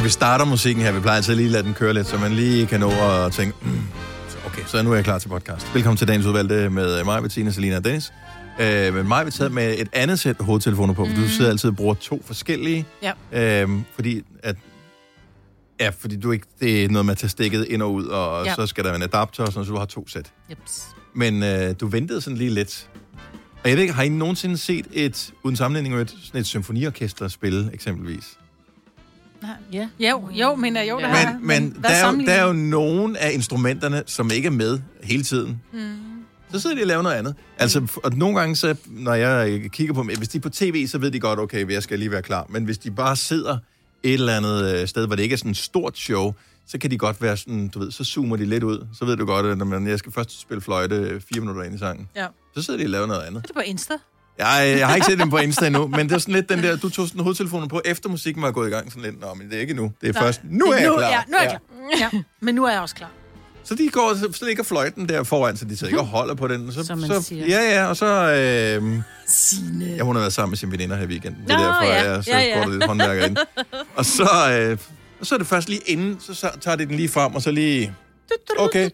vi starter musikken her, vi plejer altid lige at lade den køre lidt, så man lige kan nå at tænke, okay, så nu er jeg klar til podcast. Velkommen til dagens udvalgte med mig, Bettina, Selina og Dennis. Men mig vil tage med et andet sæt hovedtelefoner på, for du sidder altid og bruger 2 forskellige. Ja. Fordi du ikke, det er noget med at tage stikket ind og ud, og så skal der være en adapter, og sådan, så du har 2 sæt. Jeps. Men du ventede sådan lige lidt. Og jeg ved ikke, har I nogensinde set uden sammenligning med sådan et symfoniorkester spille, eksempelvis? Ja. Jo, men der har. Men der er jo nogle af instrumenterne, som ikke er med hele tiden. Så sidder de og laver noget andet. Altså, og nogle gange, så, når jeg kigger på dem, hvis de er på tv, så ved de godt, okay, jeg skal lige være klar. Men hvis de bare sidder et eller andet sted, hvor det ikke er sådan et stort show, så kan de godt være sådan, du ved, så zoomer de lidt ud. Så ved du godt, at når jeg skal først spille fløjte 4 minutter ind i sangen, så sidder de og laver noget andet. Er det på Insta? Jeg har ikke set dem på Insta endnu, men det er sådan lidt den der, du tog sådan hovedtelefonen på, efter musikken var gået i gang, sådan lidt, nå, men det er ikke nu. Det er først, nu er jeg klar. Ja, nu er jeg klar. Ja, men nu er jeg også klar. Så de går, så ligger fløjten der foran, så de så ikke og holder på den. Så, som man siger. Ja, og så... Signe. Hun har været sammen med sine veninder her i weekenden. Det er derfor, jeg går der lidt håndværker ind. Og så er det først lige inden, så tager de den lige frem, og så lige... Okay.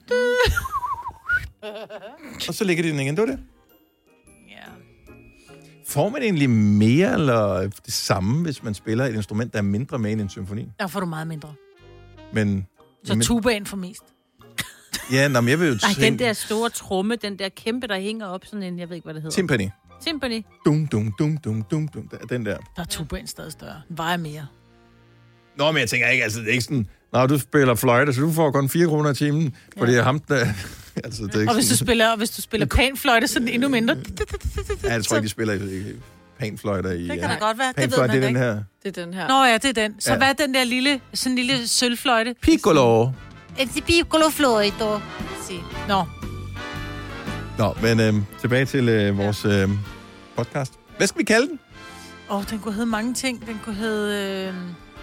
Og så ligger de den igen. Det var det. Ja. Får man egentlig mere eller det samme, hvis man spiller et instrument, der er mindre med end en symfoni? Der får du meget mindre. Men... Så tubaen for mest. Ja, men jeg vil jo tænke... den der store tromme, den der kæmpe, der hænger op sådan en, jeg ved ikke, hvad det hedder. Timpani. Dum. Den der. Der er tubaen stadig større. Den vejer mere. Nå, men jeg tænker ikke, altså det er ikke sådan... Nå, du spiller fløjte, så du får kun 4 kroner i timen, fordi det er ham, der... altså, det er ikke og hvis du spiller panfløjte, så er den endnu mindre. Ja, jeg tror ikke, de spiller panfløjter i... Det kan da godt være, det ved man det er ikke. Det er den her. Nå ja, det er den. Så hvad er den der lille sølvfløjte? Piccolo. Piccolo-fløjte. Nå, men tilbage til vores podcast. Hvad skal vi kalde den? Den kunne hedde mange ting. Den kunne hedde...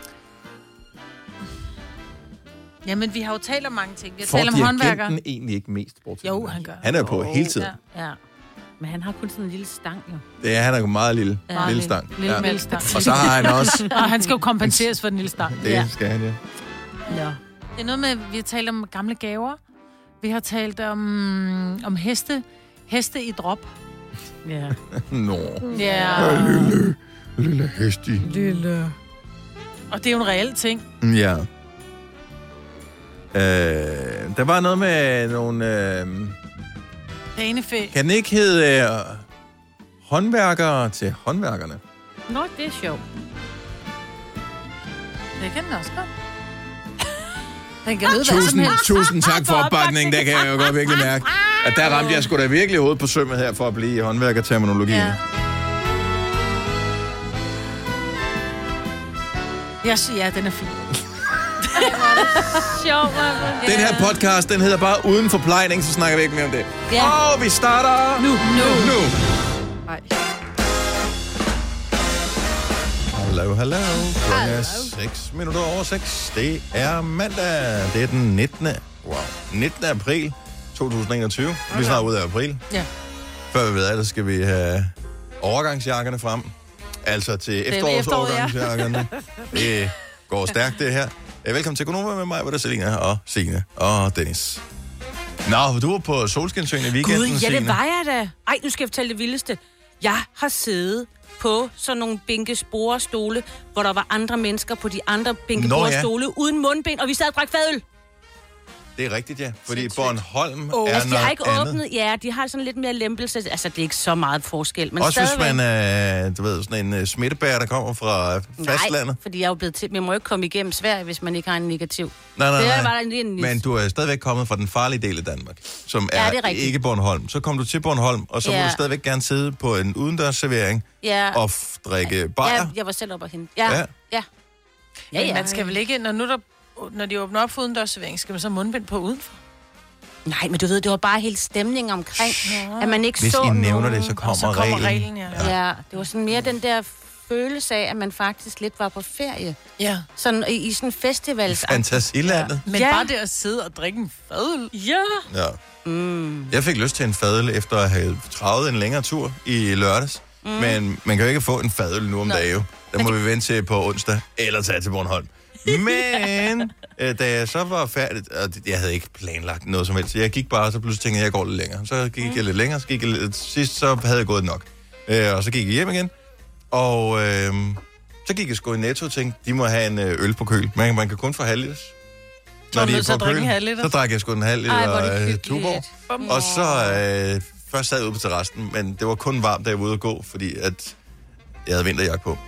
Jamen, vi har jo talt om mange ting. Vi har talt om håndværker. Får dirigenten egentlig ikke mest bort? Jo, han gør. Han er på hele tiden. Ja. Men han har kun sådan en lille stang, jo. Det er, han er jo meget lille. Ja. Lille stang. Lille stang. Og så har han også... Og han skal jo kompenseres for den lille stang. Det skal han, ja. Det er noget med, vi har talt om gamle gaver. Vi har talt om heste. Heste i drop. Ja. Nå. Ja. Lille hesti. Lille. Og det er jo en reel ting. Ja. Der var noget med nogle... Danefæ. Kan den ikke hedde håndværkere til håndværkerne? Nå, det er sjovt. Det kan den også godt. Den kan hedde hvad som helst. Tusind tak for opbakningen. Der kan jeg jo godt virkelig mærke, at der ramte jeg sgu da virkelig hovedet på sømmet her for at blive i håndværkerterminologien. Ja, den er fin. Sjov, Den her podcast, den hedder bare Uden Forplejning, så snakker vi ikke mere om det. Ja. Og vi starter nu. Nej. Hallo. Klokken er 6:06. Det er mandag. Det er den 19. april 2021. Vi er snart ude af april. Ja. Før vi ved af det, skal vi have overgangsjakkerne frem. Altså til efterårsovergangsjakkerne. Det går stærkt, det her. Velkommen til Gonova med mig, hvor der er Selina og Signe og Dennis. Nå, du var på Solskinsøen i weekenden, Gud, ja, Signe. det var jeg da. Ej, nu skal jeg fortælle det vildeste. Jeg har siddet på sådan nogle bænkesporestole, hvor der var andre mennesker på de andre bænkesporestole uden mundbind, og vi sad og drak fadøl. Det er rigtigt, ja. Fordi Bornholm er altså, de har noget ikke andet. åbnet. Ja, de har sådan lidt mere lempelse. Altså, det er ikke så meget forskel. Men også stadigvæk... hvis man er, du ved, sådan en smittebærer, der kommer fra fastlandet. Nej, fordi jeg er jo blevet til... Man må jo ikke komme igennem Sverige, hvis man ikke har en negativ. Nej. Men du er stadigvæk kommet fra den farlige del af Danmark, som er ikke Bornholm. Så kom du til Bornholm, og så må du stadigvæk gerne sidde på en udendørsservering og drikke bajer. Ja, jeg var selv op og hente. Ja. Men man skal vel ikke... Når de åbner op for udendørsservering, skal man så mundbind på udenfor? Nej, men du ved, det var bare helt stemning omkring, at man ikke hvis så I nævner nogen. det, så kommer reglen. Ja, det var sådan mere den der følelse af, at man faktisk lidt var på ferie. Ja. Sådan i sådan en festival. Fantasilandet. Men bare det at sidde og drikke en fadøl. Ja. Jeg fik lyst til en fadøl, efter at have travet en længere tur i lørdags. Men man kan jo ikke få en fadøl nu om dagen. Der må vi vente til på onsdag, eller tage til Bornholm. Men da jeg så var færdig, og jeg havde ikke planlagt noget som helst, så jeg gik bare, så pludselig tænkte jeg går lidt længere. Så gik jeg lidt længere, så gik jeg lidt, sidst så havde jeg gået nok. Og så gik jeg hjem igen, og så gik jeg sgu i Netto og tænkte, de må have en øl på køl. Man kan kun få halvliters. Når de er på køl, så drak jeg sgu en halv liter Tuborg. Og så først sad jeg ude på terrassen, men det var kun varmt, da jeg var ude at gå, fordi at jeg havde vinterjakke på.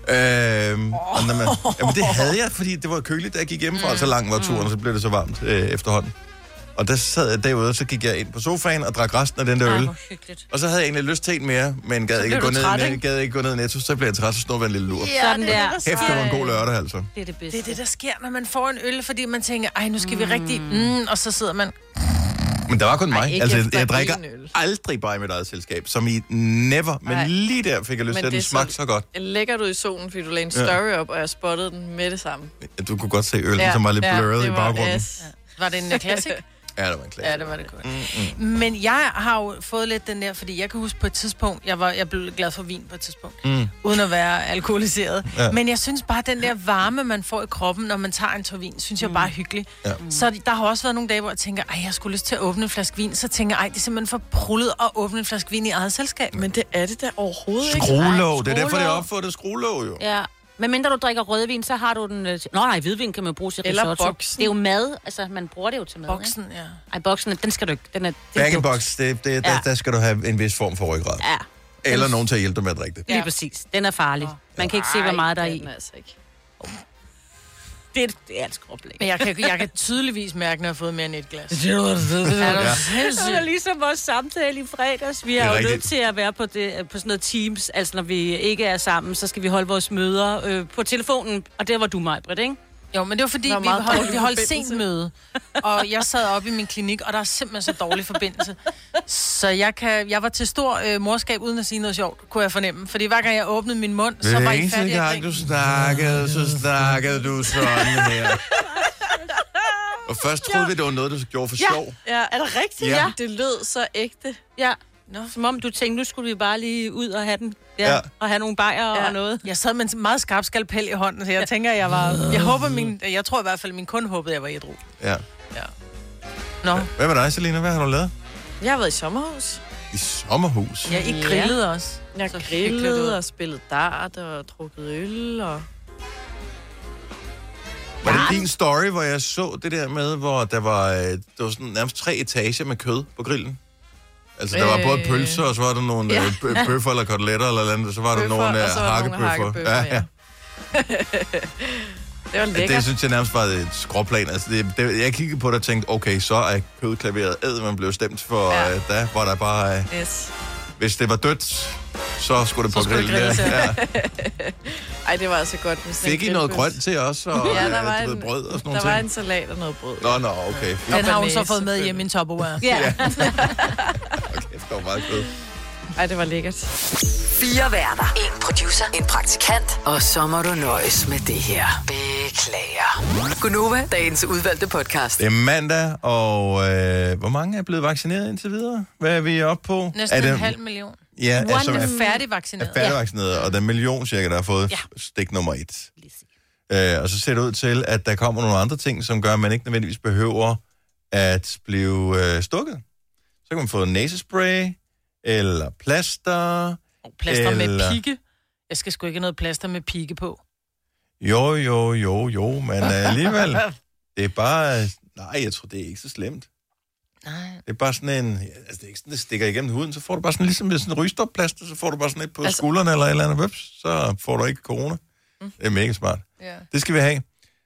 Jamen det havde jeg, fordi det var køligt, da jeg gik hjemmefra, og så lang var turen, og så blev det så varmt efterhånden. Og der sad jeg derude, og så gik jeg ind på sofaen og drak resten af den der øl. Og så havde jeg egentlig lyst til en mere, men gad ikke gå ned i Netto, så blev jeg træt og snuppede en lille lur. Ja, det var en god lørdag, altså. Det er det bedste. Det er det, der sker, når man får en øl, fordi man tænker, ej, nu skal vi rigtig... og så sidder man... Men der var kun mig. Altså, jeg drikker aldrig bare i mit eget selskab, som i never. Men lige der fik jeg lyst til, at den smagte så godt. Lækker du i solen, fordi du lagde en story op, og jeg spottede den med det samme. Du kunne godt se øllen, som var lidt blurret i baggrunden. Yes. Var det en classic? Ja, det var en klasse. Ja, det var det godt. Men jeg har jo fået lidt den der, fordi jeg kan huske på et tidspunkt, jeg blev glad for vin på et tidspunkt, uden at være alkoholiseret. Ja. Men jeg synes bare, den der varme, man får i kroppen, når man tager en tår vin, synes jeg bare er hyggelig. Ja. Så der har også været nogle dage, hvor jeg tænker, jeg skulle lyst til at åbne en flaske vin, så tænker jeg, det er simpelthen for prullet at åbne en flaske vin i eget selskab. Men det er det der overhovedet ikke. Skruelåg, det er derfor, det er opfundet skruelåg jo. Ja. Men mindre du drikker rødvin, så har du den... nej, hvidvin kan man bruge til risotto. Eller boksen. Det er jo mad, altså man bruger det jo til mad. Boksen, ja. Ej, boksen, den skal du ikke. Bag-in-box, der skal du have en vis form for ryggrad. Ja. Eller nogen til at hjælpe dig med at drikke det. Lige præcis. Den er farlig. Man kan ikke se, hvor meget der er i. Altså ikke. Det er et skråblæg. Men jeg kan tydeligvis mærke, når jeg har fået mere end et glas. Det er ligesom vores samtale i fredags. Vi er jo nødt til at være på sådan noget Teams. Altså, når vi ikke er sammen, så skal vi holde vores møder på telefonen. Og det var du, Maj-Brit, ikke? Jo, men det var fordi, vi holdt sent møde. Og jeg sad oppe i min klinik, og der er simpelthen så dårlig forbindelse. Så jeg var til stor morskab, uden at sige noget sjovt, kunne jeg fornemme. Fordi hver gang jeg åbnede min mund, så var I færdig. Hver gang du snakkede, så snakkede du sådan her. Og først troede vi, det var noget, du gjorde for sjov. Ja, er det rigtigt? Ja. Det lød så ægte. Ja. Som om du tænkte, nu skulle vi bare lige ud og have den. Ja. Og have nogle bajer og noget. Jeg sad med en meget skarp skalpel i hånden, så jeg tænker, jeg tror i hvert fald, min kunde håbede, jeg var ædru. Ja. Nå. Hvad med dig, Selina? Hvad har du lavet? Jeg har været i sommerhus. I sommerhus? Ja, I grillede også. Jeg grillede og spillede dart og drukket øl og... Var det din story, hvor jeg så det der med, hvor der var sådan nærmest 3 etager med kød på grillen? Altså, der var både pølser, og så var der nogle bøffer eller koteletter eller andet, så var der nogle hakkebøffer. Ja. Det var lækkert. Det synes jeg nærmest var et skråplan. Altså, jeg kiggede på det og tænkte, okay, så er kødklaveret man blev stemt for, der var der bare... Hvis det var dødt, så skulle det på grillen. Ja. Ej, det var altså godt. Fik I noget grønt til os? Og, der var noget brød og sådan noget. Der var en salat og noget brød. Nå, okay. Den har hun så fået med hjem i en Tupperware. Ja. Okay, det var meget kød. Ej, det var lækkert. 4 værter. 1 producer. 1 praktikant. Og så må du nøjes med det her. Beklager. Gunova, dagens udvalgte podcast. Det er mandag, og hvor mange er blevet vaccineret indtil videre? Hvad er vi oppe på? Næsten 500.000. Ja, altså er færdigvaccineret. Er færdigvaccineret, og der er 1 million cirka, der har fået stik nummer 1. Og så ser det ud til, at der kommer nogle andre ting, som gør, at man ikke nødvendigvis behøver at blive stukket. Så kan man få næsespray, eller plaster. Plaster med pigge. Jeg skal sgu ikke have noget plaster med pigge på. Jo, men alligevel. Det er bare... Nej, jeg tror, det er ikke så slemt. Nej. Det er bare sådan en... Altså, det er ikke sådan, det stikker igennem huden. Så får du bare sådan ligesom med sådan en rygstopplaster, så får du bare sådan et på skuldrene eller et eller andet vips, så får du ikke corona. Det er mega smart. Ja. Det skal vi have.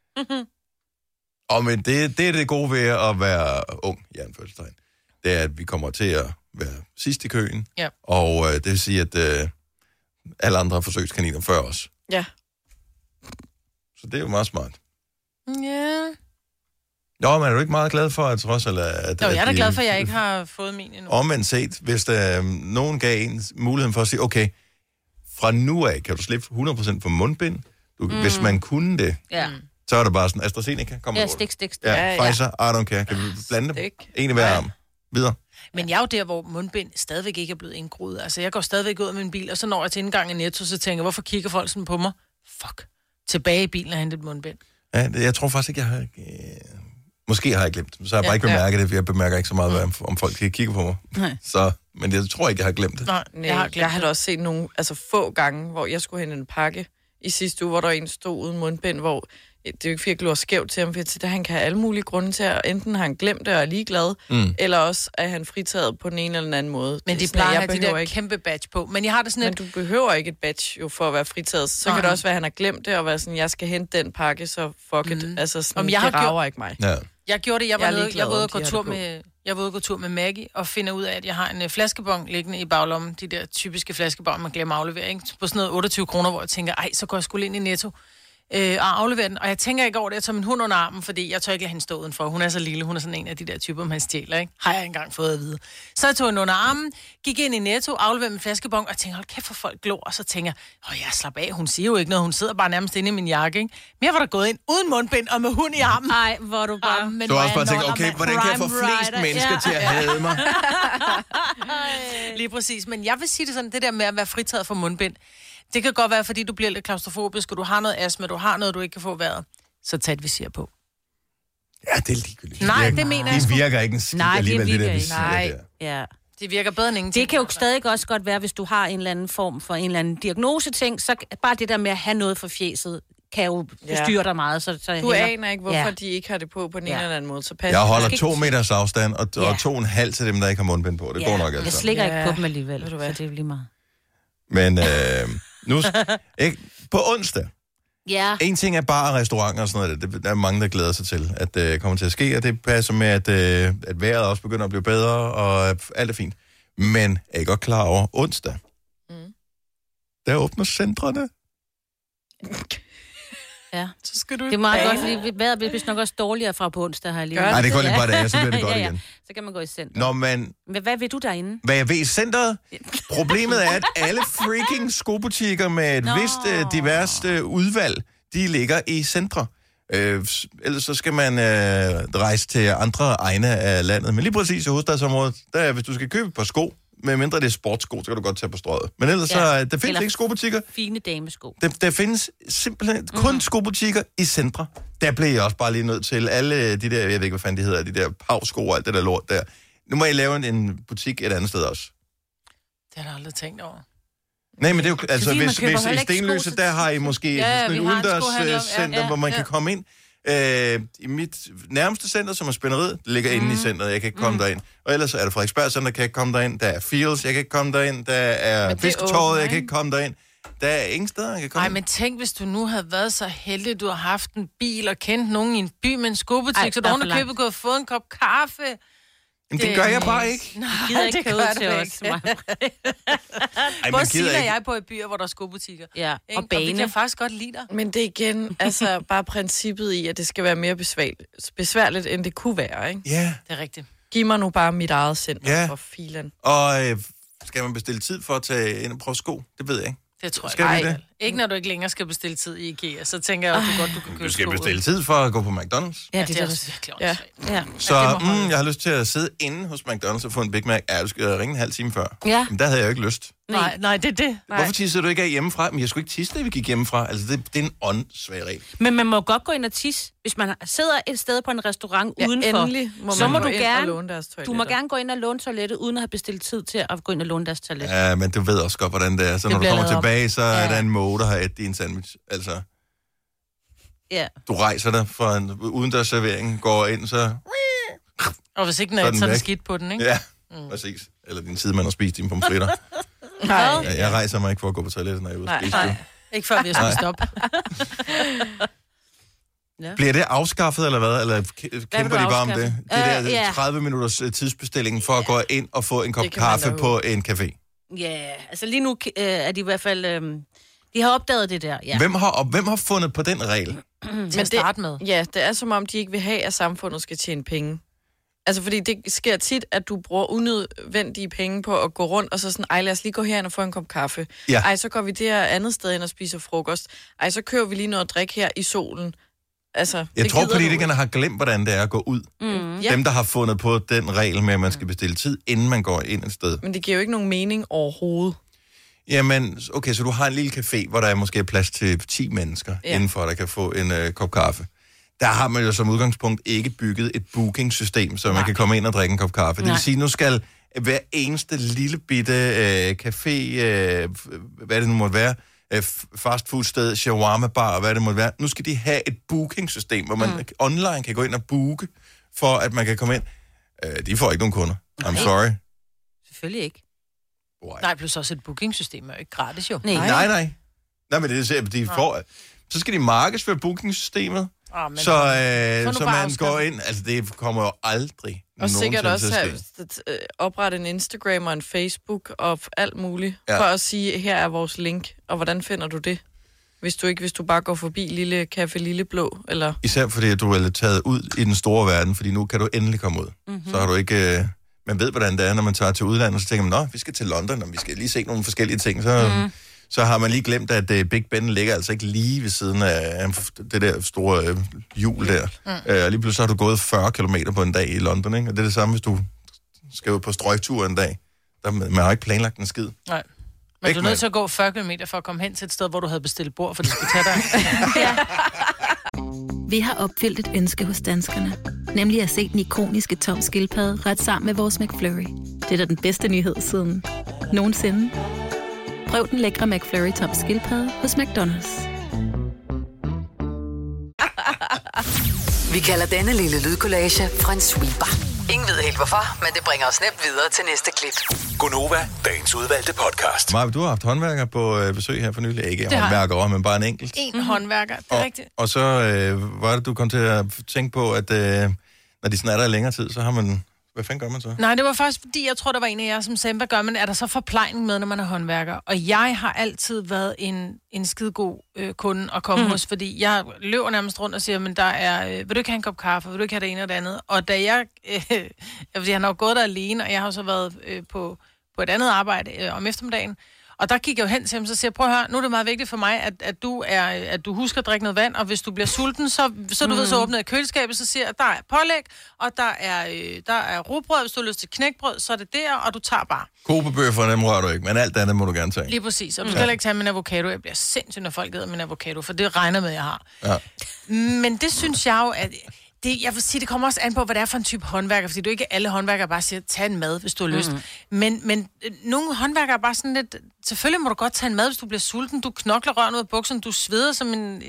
Og men det er det gode ved at være ung, i anførselstegn. Det er, at vi kommer til at være sidst i køen. Ja. Og det vil sige, at alle andre forsøgskaniner før os. Ja. Så det er jo meget smart. Ja. Nå, men er du ikke meget glad for, at trods eller... Jeg er da glad for, at jeg ikke har fået min endnu. Omvendt set, hvis der nogen gav en muligheden for at sige, okay, fra nu af kan du slippe 100% for mundbind. Hvis man kunne det, så er det bare sådan, AstraZeneca, kommer stik. Ja, Pfizer, I don't care. Kan vi blande dem? En i hver arm. Videre. Men jeg er jo der, hvor mundbind stadigvæk ikke er blevet indgroet. Altså, jeg går stadigvæk ud af min bil, og så når jeg til indgangen i Netto, så tænker jeg, hvorfor kigger folk sådan på mig? Fuck. Tilbage i bilen og hente et mundbind. Ja, jeg tror faktisk ikke, jeg har... Måske har jeg glemt det, så har jeg bare ikke bemærket det, for jeg bemærker ikke så meget, om folk kigger på mig. Nej. Så, men jeg tror ikke, jeg har glemt det. Nej, jeg har da også set nogle få gange, hvor jeg skulle hente en pakke i sidste uge, hvor der en stod uden mundbind, hvor det er jo ikke, fordi jeg glor skævt til ham, for han kan have alle mulige grunde til, at enten har han glemt det og er ligeglad, eller også er han fritaget på den ene eller den anden måde. Men de plejer at have de der kæmpe badge på. Men jeg har det sådan Men du behøver ikke et badge jo for at være fritaget. Så kan det også være, at han har glemt det, og være sådan, jeg skal hente den pakke, så fuck it. Altså sådan, det rager ikke mig. Ja. Jeg gjorde det, jeg var ude at gå tur med Maggie, og finder ud af, at jeg har en flaskebon liggende i baglommen. De der typiske flaskebon, man glemmer at aflevere, ikke? På sådan noget 28 kroner, hvor jeg tænker, så går jeg sgu ind i Netto og aflevere den. Og jeg tænker ikke over det, jeg tager min hund under armen, fordi jeg tør ikke lade hende stå udenfor. Hun er så lille, hun er sådan en af de der typer, man stjæler, ikke? Har jeg engang fået at vide. Så jeg tog hende under armen, gik ind i Netto, afleverede min flaskebon, og tænkte, hold kæft for folk glor. Og så tænker jeg, jeg slap af, hun siger jo ikke noget, hun sidder bare nærmest inde i min jakke, ikke? Men jeg var der gået ind uden mundbind og med hund i armen. Nej, hvor du bare... Du har også bare tænkt, okay, hvordan kan jeg få flest mennesker til at hade mig? Lige præcis, men jeg vil sige det sådan, det der med at være fritaget for mundbind, det kan godt være, fordi du bliver lidt klaustrofobisk, og du har noget astma, du har noget, du ikke kan få vejret. Så tag et visir på. Ja, det er ligegyldigt. Nej, det mener jeg. Det virker ikke en skid alligevel, det der visir der. Ja. Det virker bedre end ingenting. Det kan jo stadig også godt være, hvis du har en eller anden form for en eller anden diagnoseting, så bare det der med at have noget for fjeset, kan jo styre dig meget. Så du aner ikke, hvorfor de ikke har det på en eller anden måde. Så jeg holder 2 meters afstand, og 2,5 til dem, der ikke har mundbind på. Det går nok altså. Jeg slikker ikke på dem alligevel, så det er lige meget. Men nu... på onsdag. Ja. En ting er bare restauranter og sådan noget. Der er mange, der glæder sig til, at det kommer til at ske, og det passer med, at vejret også begynder at blive bedre, og alt er fint. Men er I godt klar over onsdag? Der åbner centrene. Ja. Så skal du det er meget godt, fordi vejret bliver nok også dårligere fra på onsdag her lige. Nej, det går lige bare der, så bliver det godt igen. Så kan man gå i center. Når man... Hvad vil du derinde? Hvad jeg ved i centret? Problemet er, at alle freaking skobutikker med et vist diverst udvalg, de ligger i centre. Ellers så skal man rejse til andre egne af landet. Men lige præcis i hovedstadsområdet, der hvis du skal købe et par sko, med mindre det er sportssko, så kan du godt tage på strøget. Men ellers så, der findes ikke skobutikker. Fine damesko. Der findes simpelthen kun skobutikker i centre. Der blev jeg også bare lige nødt til alle de der, jeg ved ikke, hvad fanden de hedder, de der pavsko og alt det der lort der. Nu må I lave en butik et andet sted også. Det har jeg aldrig tænkt over. Nej, men det er jo, altså hvis i Stenløse, der har I måske sådan et udendørscenter, hvor man kan komme ind. I mit nærmeste center, som er Spænderiet, det ligger inde i centret, jeg kan ikke komme derind. Og ellers er der Frederiksberg Center, kan jeg ikke komme derind. Der er Fields, jeg kan ikke komme derind. Der er Fisketorvet, jeg kan ikke komme derind. Der er ingen steder, jeg kan komme. Nej, men tænk, hvis du nu havde været så heldig, at du har haft en bil og kendt nogen i en by med en skobutik, så du har købet gået og fået en kop kaffe. Men det gør jeg bare ikke. Nej, gider ikke det gør til os. Både Sina og jeg på i byer, hvor der er skobutikker. Ja, og bane. Og vi kan faktisk godt lide dig. Men det er igen, altså bare princippet i, at det skal være mere besværligt, end det kunne være, ikke? Ja. Det er rigtigt. Giv mig nu bare mit eget center for filen. Og skal man bestille tid for at tage ind og prøve sko? Det ved jeg ikke. Det tror jeg ikke. Ikke når du ikke længere skal bestille tid i IKEA, så tænker jeg også, du kan købe. Du skal bestille tid for at gå på McDonald's. Ja, det er også virkelig Så jeg har lyst til at sidde inde hos McDonald's og få en Big Mac. Ja, du skal ringe en halv time før. Ja. Men der havde jeg jo ikke lyst. Nej, det er det. Hvorfor tisser du ikke af hjemmefra? Men jeg skulle ikke tisse, da vi gik hjemmefra. Altså, det er en åndssvag regel. Men man må godt gå ind og tisse, hvis man sidder et sted på en restaurant udenfor. Endelig må så må du gerne låne deres toiletter. Du må gerne gå ind og låne toilettet, uden at have bestilt tid til at gå ind og låne deres toilet. Ja, men du ved også godt, hvordan det er. Så når du kommer tilbage, så er der en måge, der har ædt din sandwich. Altså, du rejser dig for en udendørs servering, går ind, så... Og hvis ikke den er, så er det skidt på den, ikke? Ja, præcis. Eller din sidemand har spist dine pomfritter. Jeg rejser mig ikke for at gå på toilettet, når jeg er ude at spise. Nej, ikke før vi har spist op. Bliver det afskaffet, eller hvad? Eller kæmper de bare om det? Det der 30 minutters tidsbestilling for at gå ind og få en kop kaffe på en café. Ja, altså lige nu er de i hvert fald... de har opdaget det der, ja. Hvem har fundet på den regel? Til at starte med. Ja, det er som om, de ikke vil have, at samfundet skal tjene penge. Altså, fordi det sker tit, at du bruger unødvendige penge på at gå rundt, og så sådan, lad os lige gå herind og få en kop kaffe. Ja. Så går vi det her andet sted ind og spiser frokost. Så kører vi lige noget at drikke her i solen. Altså, jeg tror, politikerne har glemt, hvordan det er at gå ud. Dem, der har fundet på den regel med, at man skal bestille tid, inden man går ind et sted. Men det giver jo ikke nogen mening overhovedet. Jamen, okay, så du har en lille café, hvor der er måske plads til 10 mennesker indenfor, der kan få en kop kaffe. der har man jo som udgangspunkt ikke bygget et booking-system, så man kan komme ind og drikke en kop kaffe. Det vil sige, nu skal hver eneste lille bitte café, hvad det nu måtte være, fastfoodsted, shawarma-bar, hvad det måtte være, nu skal de have et booking-system, hvor man online kan gå ind og booke, for at man kan komme ind. De får ikke nogen kunder. I'm sorry. Selvfølgelig ikke. Nej, plus også et booking-system er jo ikke gratis, jo. Nej. Nej, men det er de får... Så skal de markedsføre bookingsystemet, så man går ind... Altså, det kommer jo aldrig og sikkert også have oprette en Instagram og en Facebook og alt muligt, for at sige, her er vores link, og hvordan finder du det? Hvis du bare går forbi Lille Café Lille Blå, eller... Især fordi, at du er taget ud i den store verden, fordi nu kan du endelig komme ud. Mm-hmm. Så har du ikke... Man ved, hvordan det er, når man tager til udlandet, så tænker man, vi skal til London, og vi skal lige se nogle forskellige ting, så har man lige glemt, at Big Ben ligger altså ikke lige ved siden af det der store hjul der. Og lige pludselig har du gået 40 kilometer på en dag i London, ikke? Og det er det samme, hvis du skal ud på strøgtur en dag. Man har ikke planlagt en skid. Nej. Men du er nødt til at gå 40 kilometer for at komme hen til et sted, hvor du havde bestilt bord, for de skulle tage dig. Vi har opfyldt et ønske hos danskerne. Nemlig at se den ikoniske Tom Skildpadde ret sammen med vores McFlurry. Det er da den bedste nyhed siden nogensinde. Prøv den lækre McFlurry Tom Skildpadde hos McDonald's. Vi kalder denne lille lydkollage en sweeper. Ingen ved helt hvorfor, men det bringer os nemt videre til næste klip. Gonova, dagens udvalgte podcast. Maja, du har haft håndværker på besøg her for nylig. Ikke håndværkere, men bare en enkelt. En håndværker, det er rigtigt. Og så var det, du kom til at tænke på, at når de sådan er der i længere tid, så har man... Hvad fanden gør man så? Nej, det var faktisk fordi, jeg tror, der var en af jer, som sagde, hvad gør man? Er der så forplejning med, når man er håndværker? Og jeg har altid været en skidegod kunde at komme hos, fordi jeg løber nærmest rundt og siger, men der er, vil du ikke have en kop kaffe? Vil du ikke have det ene og det andet? Og da fordi han har jo gået der alene, og jeg har så været på et andet arbejde om eftermiddagen, og der gik jeg jo hen til ham, så siger jeg, prøv at høre, nu er det meget vigtigt for mig, at du husker at drikke noget vand, og hvis du bliver sulten, så du ved, så åbner jeg køleskabet, så siger jeg, at der er pålæg, og der er rugbrød, hvis du har lyst til knækbrød, så er det der, og du tager bare. Kobebøffer, dem rører du ikke, men alt andet må du gerne tage. Lige præcis, og du skal heller ikke tage min avocado. Jeg bliver sindssygt, når folk æder min avocado, for det regner med, jeg har. Ja. Men det synes jeg jo, at... jeg vil sige, det kommer også an på, hvad det er for en type håndværker, fordi du ikke alle håndværkere bare siger, tag en mad, hvis du har lyst. Men nogle håndværkere er bare sådan lidt, selvfølgelig må du godt tage en mad, hvis du bliver sulten, du knokler røren ud af bukserne, du sveder som en...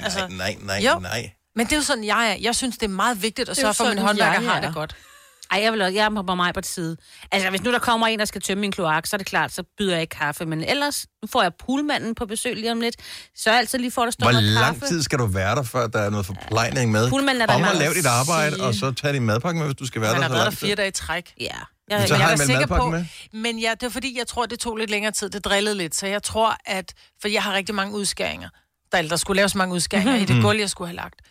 Nej. Men det er jo sådan, jeg er. Jeg synes, det er meget vigtigt at sørge for, at min håndværker har det godt. Ej, jeg er på mig på side. Altså, hvis nu der kommer en, der skal tømme min kloak, så er det klart, så byder jeg ikke kaffe. Men ellers, nu får jeg poolmanden på besøg lige om lidt, så er jeg altid lige for, der står noget kaffe. Hvor lang tid skal du være der, før der er noget forplejning med? Poolmanden er der meget. Lave dit arbejde, og så tage din madpakke med, hvis du skal være der så lang tid. Han har været der 4 dage i træk. Ja. Så har jeg madpakke på, med? Men ja, det er fordi, jeg tror, det tog lidt længere tid. Det drillede lidt, så jeg tror, at... For jeg har rigtig mange udskæringer. Der skulle laves mange udskæringer i det gulv, jeg skulle have lagt.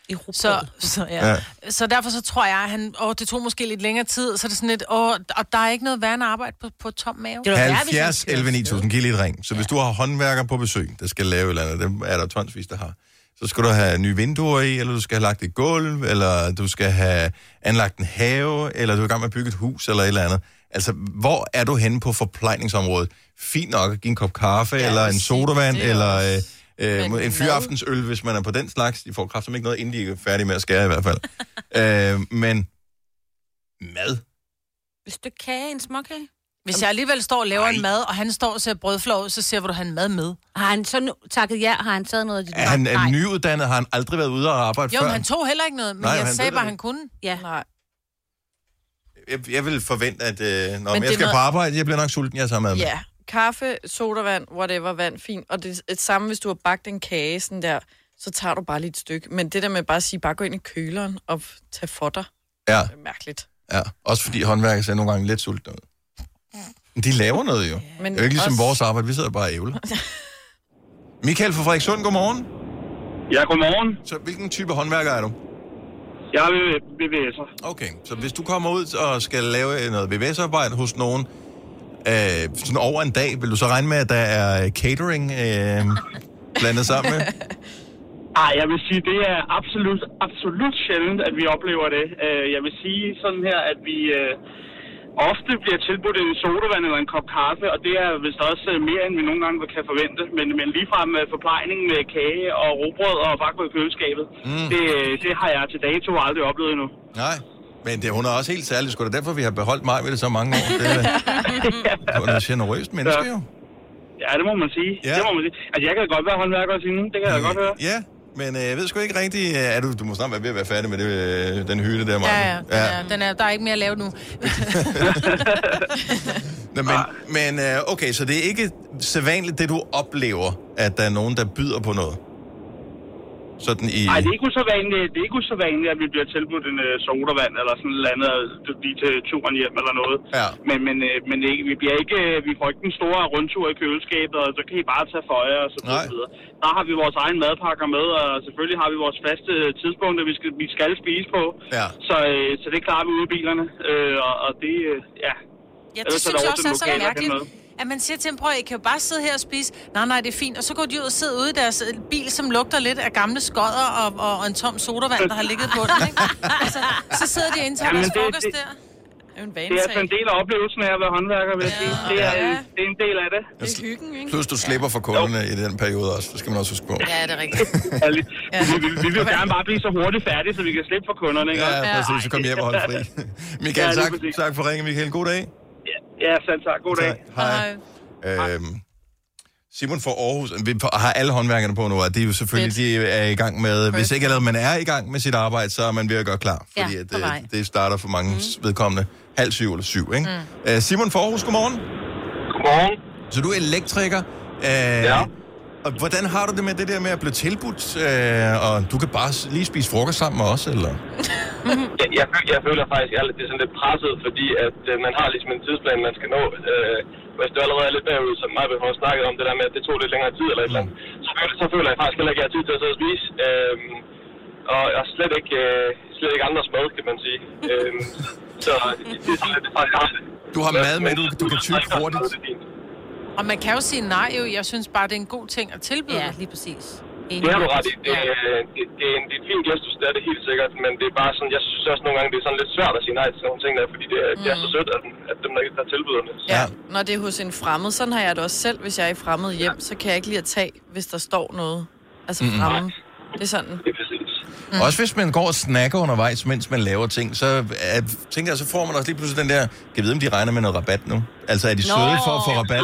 Så derfor så tror jeg, at det tog måske lidt længere tid, så er det sådan lidt, og der er ikke noget værende arbejde på tom mave. 70 11 9000, giv lige et ring. Så hvis du har håndværker på besøg, der skal lave et eller andet, dem er der tonsvis, der har, så skal du have nye vinduer i, eller du skal have lagt et gulv, eller du skal have anlagt en have, eller du er i gang med at bygge et hus, eller et eller andet. Altså, hvor er du henne på forplejningsområdet? Fint nok at give en kop kaffe, eller en sodavand, eller... en fyraftensøl, hvis man er på den slags. De får kraftigt ikke noget, inden de er færdige med at skære i hvert fald. Men mad? Hvis du kage, en småkage? Hvis jeg alligevel står og laver en mad, og han står og ser brødflår ud, så siger du, han mad med. Har han så takket ja? Har han taget noget af dit? Han er nyuddannet, har han aldrig været ude og arbejde før? Jo, han tog heller ikke noget, men jeg sagde bare, han kunne. Ja. Nej. Jeg vil forvente, at når jeg skal på arbejde, jeg bliver nok sulten, jeg tager mad med. Ja. Kaffe, sodavand, whatever, vand, fint. Og det er et samme, hvis du har bagt en kage, sådan der, så tager du bare lige et stykke. Men det der med bare at sige, bare gå ind i køleren og tage for dig, det er mærkeligt. Ja, også fordi håndværker ser nogle gange lidt sultne ud. De laver noget jo. Men det er jo ikke ligesom vores arbejde, vi sidder bare og ævler. Michael fra Frederikssund, godmorgen. Ja, godmorgen. Så hvilken type håndværker er du? Jeg er VVS'er. Okay, så hvis du kommer ud og skal lave noget VVS-arbejde hos nogen, sådan over en dag, vil du så regne med, at der er catering blandet sammen med? Ej, jeg vil sige, det er absolut sjældent, at vi oplever det. Jeg vil sige sådan her, at ofte bliver tilbudt en sodavand eller en kop kaffe, og det er vist også mere, end vi nogle gange kan forvente. Men ligefrem med forplejning med kage og rugbrød og bakker i køleskabet, det har jeg til dato aldrig oplevet endnu. Nej, men hun er også helt særlig. Sgu da derfor, vi har beholdt mig ved det så mange år. Det er noget generøst menneske, jo. Ja, det må man sige. Ja. Det må man sige. Altså, jeg kan godt være håndværker og sige, det kan jeg godt høre. Ja. Men jeg ved sgu ikke rigtigt... Du må snart være ved at være færdig med det, den hylde der, Maja. Ja. Der er ikke mere at lave nu. men okay, så det er ikke sædvanligt, det du oplever, at der er nogen, der byder på noget? Sådan i... Nej, det er ikke usædvanligt, at vi bliver tilbudt en sodavand eller sådan noget andet lige til turen hjem eller noget. Ja. Men ikke, vi får ikke den store rundtur i køleskabet, og så kan I bare tage for jer og så videre. Der har vi vores egen madpakker med, og selvfølgelig har vi vores faste tidspunkter, vi skal spise på. Ja. Så det klarer vi ude i bilerne, og det, ja. Ja, det synes jeg også er så mærkeligt. At man siger til dem, prøv, I kan jo bare sidde her og spise. Nej, det er fint. Og så går de ud og sidder ude i deres bil, som lugter lidt af gamle skodder og en tom sodavand, der har ligget på den, ikke? Altså, så sidder de og indtager deres frokost der. Det er altså en del af oplevelsen af at være håndværker, vil jeg sige. Det er en del af det. Det er hyggen, ikke? Plus du slipper for kunderne i den periode også. Det skal man også huske på. Ja, det er rigtigt. Vi vil gerne bare blive så hurtigt færdige, så vi kan slippe for kunderne, ikke? Ja, præcis. Så kom hjem og hold fri. Michael, tak for ringen, Michael. God dag. Ja, selv tak. God dag. Hej. Simon fra Aarhus, vi har alle håndværkerne på nu, og det er jo selvfølgelig, de er i gang med, hvis ikke allerede man er i gang med sit arbejde, så er man ved at gøre klar, fordi det starter for mange vedkommende 6:30 eller 7, ikke? Simon fra Aarhus, godmorgen. Godmorgen. Så du er elektriker. Ja. Og hvordan har du det med det der med at blive tilbudt, og du kan bare lige spise frokost sammen med os, eller? Jeg føler faktisk, at det er sådan lidt presset, fordi at man har ligesom en tidsplan, man skal nå. Hvis du allerede er lidt bagud, som mig har snakket om det der med, at det tog lidt længere tid eller et eller andet, så føler jeg faktisk heller ikke, at jeg har tid til at sidde og spise. Og jeg slet ikke andres mad, kan man sige. Så det er sådan lidt, det faktisk har det. Du har mad med, du kan tykke hurtigt. Og man kan jo sige nej jo. Jeg synes bare, det er en god ting at tilbyde. Ja, lige præcis. Det har du ret i. Det er en fin gestus, det er det helt sikkert, men det er bare sådan, jeg synes også nogle gange, det er sådan lidt svært at sige nej til sådan nogle ting der, fordi det er så sødt, at dem, der ikke tager tilbuderne. Ja, når det er hos en fremmed, sådan har jeg det også selv, hvis jeg er i fremmed hjem, så kan jeg ikke lide at tage, hvis der står noget. Altså fremme. Det er sådan. Det er præcis. Også hvis man går og snakker undervejs, mens man laver ting, så tænker jeg, så får man også lige pludselig den der, kan jeg vide, om de regner med noget rabat nu? Altså, er de søde for at få rabat?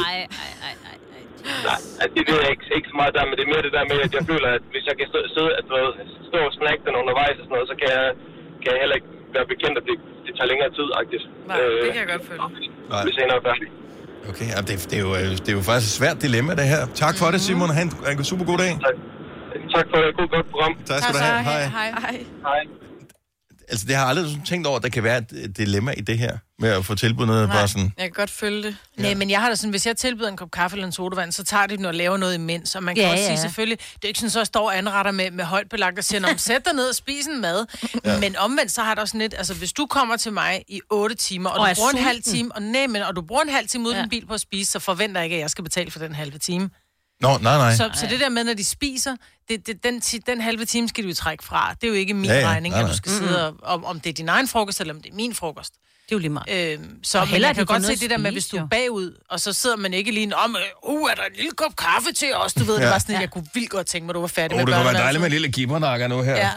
Nej, det ved jeg ikke så meget der, men det er mere det der med, at jeg føler, at hvis jeg kan stå og snakke den undervejs og sådan noget, så kan jeg heller ikke være bekendt, at det tager længere tid-agtigt. Nej, det kan jeg godt føle. Hvis jeg er færdig. Okay, ja, det er jo faktisk et svært dilemma, det her. Tak for det, Simon. Ha' en super god dag. Tak for det. Godt program. Tak skal du have. Hej. Altså, det har jeg aldrig tænkt over, at der kan være et dilemma i det her, med at få tilbudt noget bare sådan. Jeg kan godt følge det. Nej, men jeg har da sådan, hvis jeg tilbyder en kop kaffe eller en sodavand, så tager de den og laver noget imens. Og man kan også sige selvfølgelig, det er ikke sådan, så jeg står anretter med højt belagt og siger, sæt dig ned og spis en mad. Ja. Men omvendt, så har der sådan lidt, altså hvis du kommer til mig i 8 timer, og du bruger en halv time, og du bruger en halv time uden din bil på at spise, så forventer jeg ikke, at jeg skal betale for den halve time. Nej. Så det der med, når de spiser, den halve time skal du jo trække fra. Det er jo ikke min regning, at du skal sidde om det er din egen frokost, eller om det er min frokost. Det er jo lige meget. Så men jeg kan godt se det der med, hvis du er bagud, og så sidder man ikke lige om, er der en lille kop kaffe til os? Du ved, det var sådan, jeg kunne vildt godt tænke mig, du var færdig med børnene. Det kunne være dejligt med en lille gibbernakker nu her.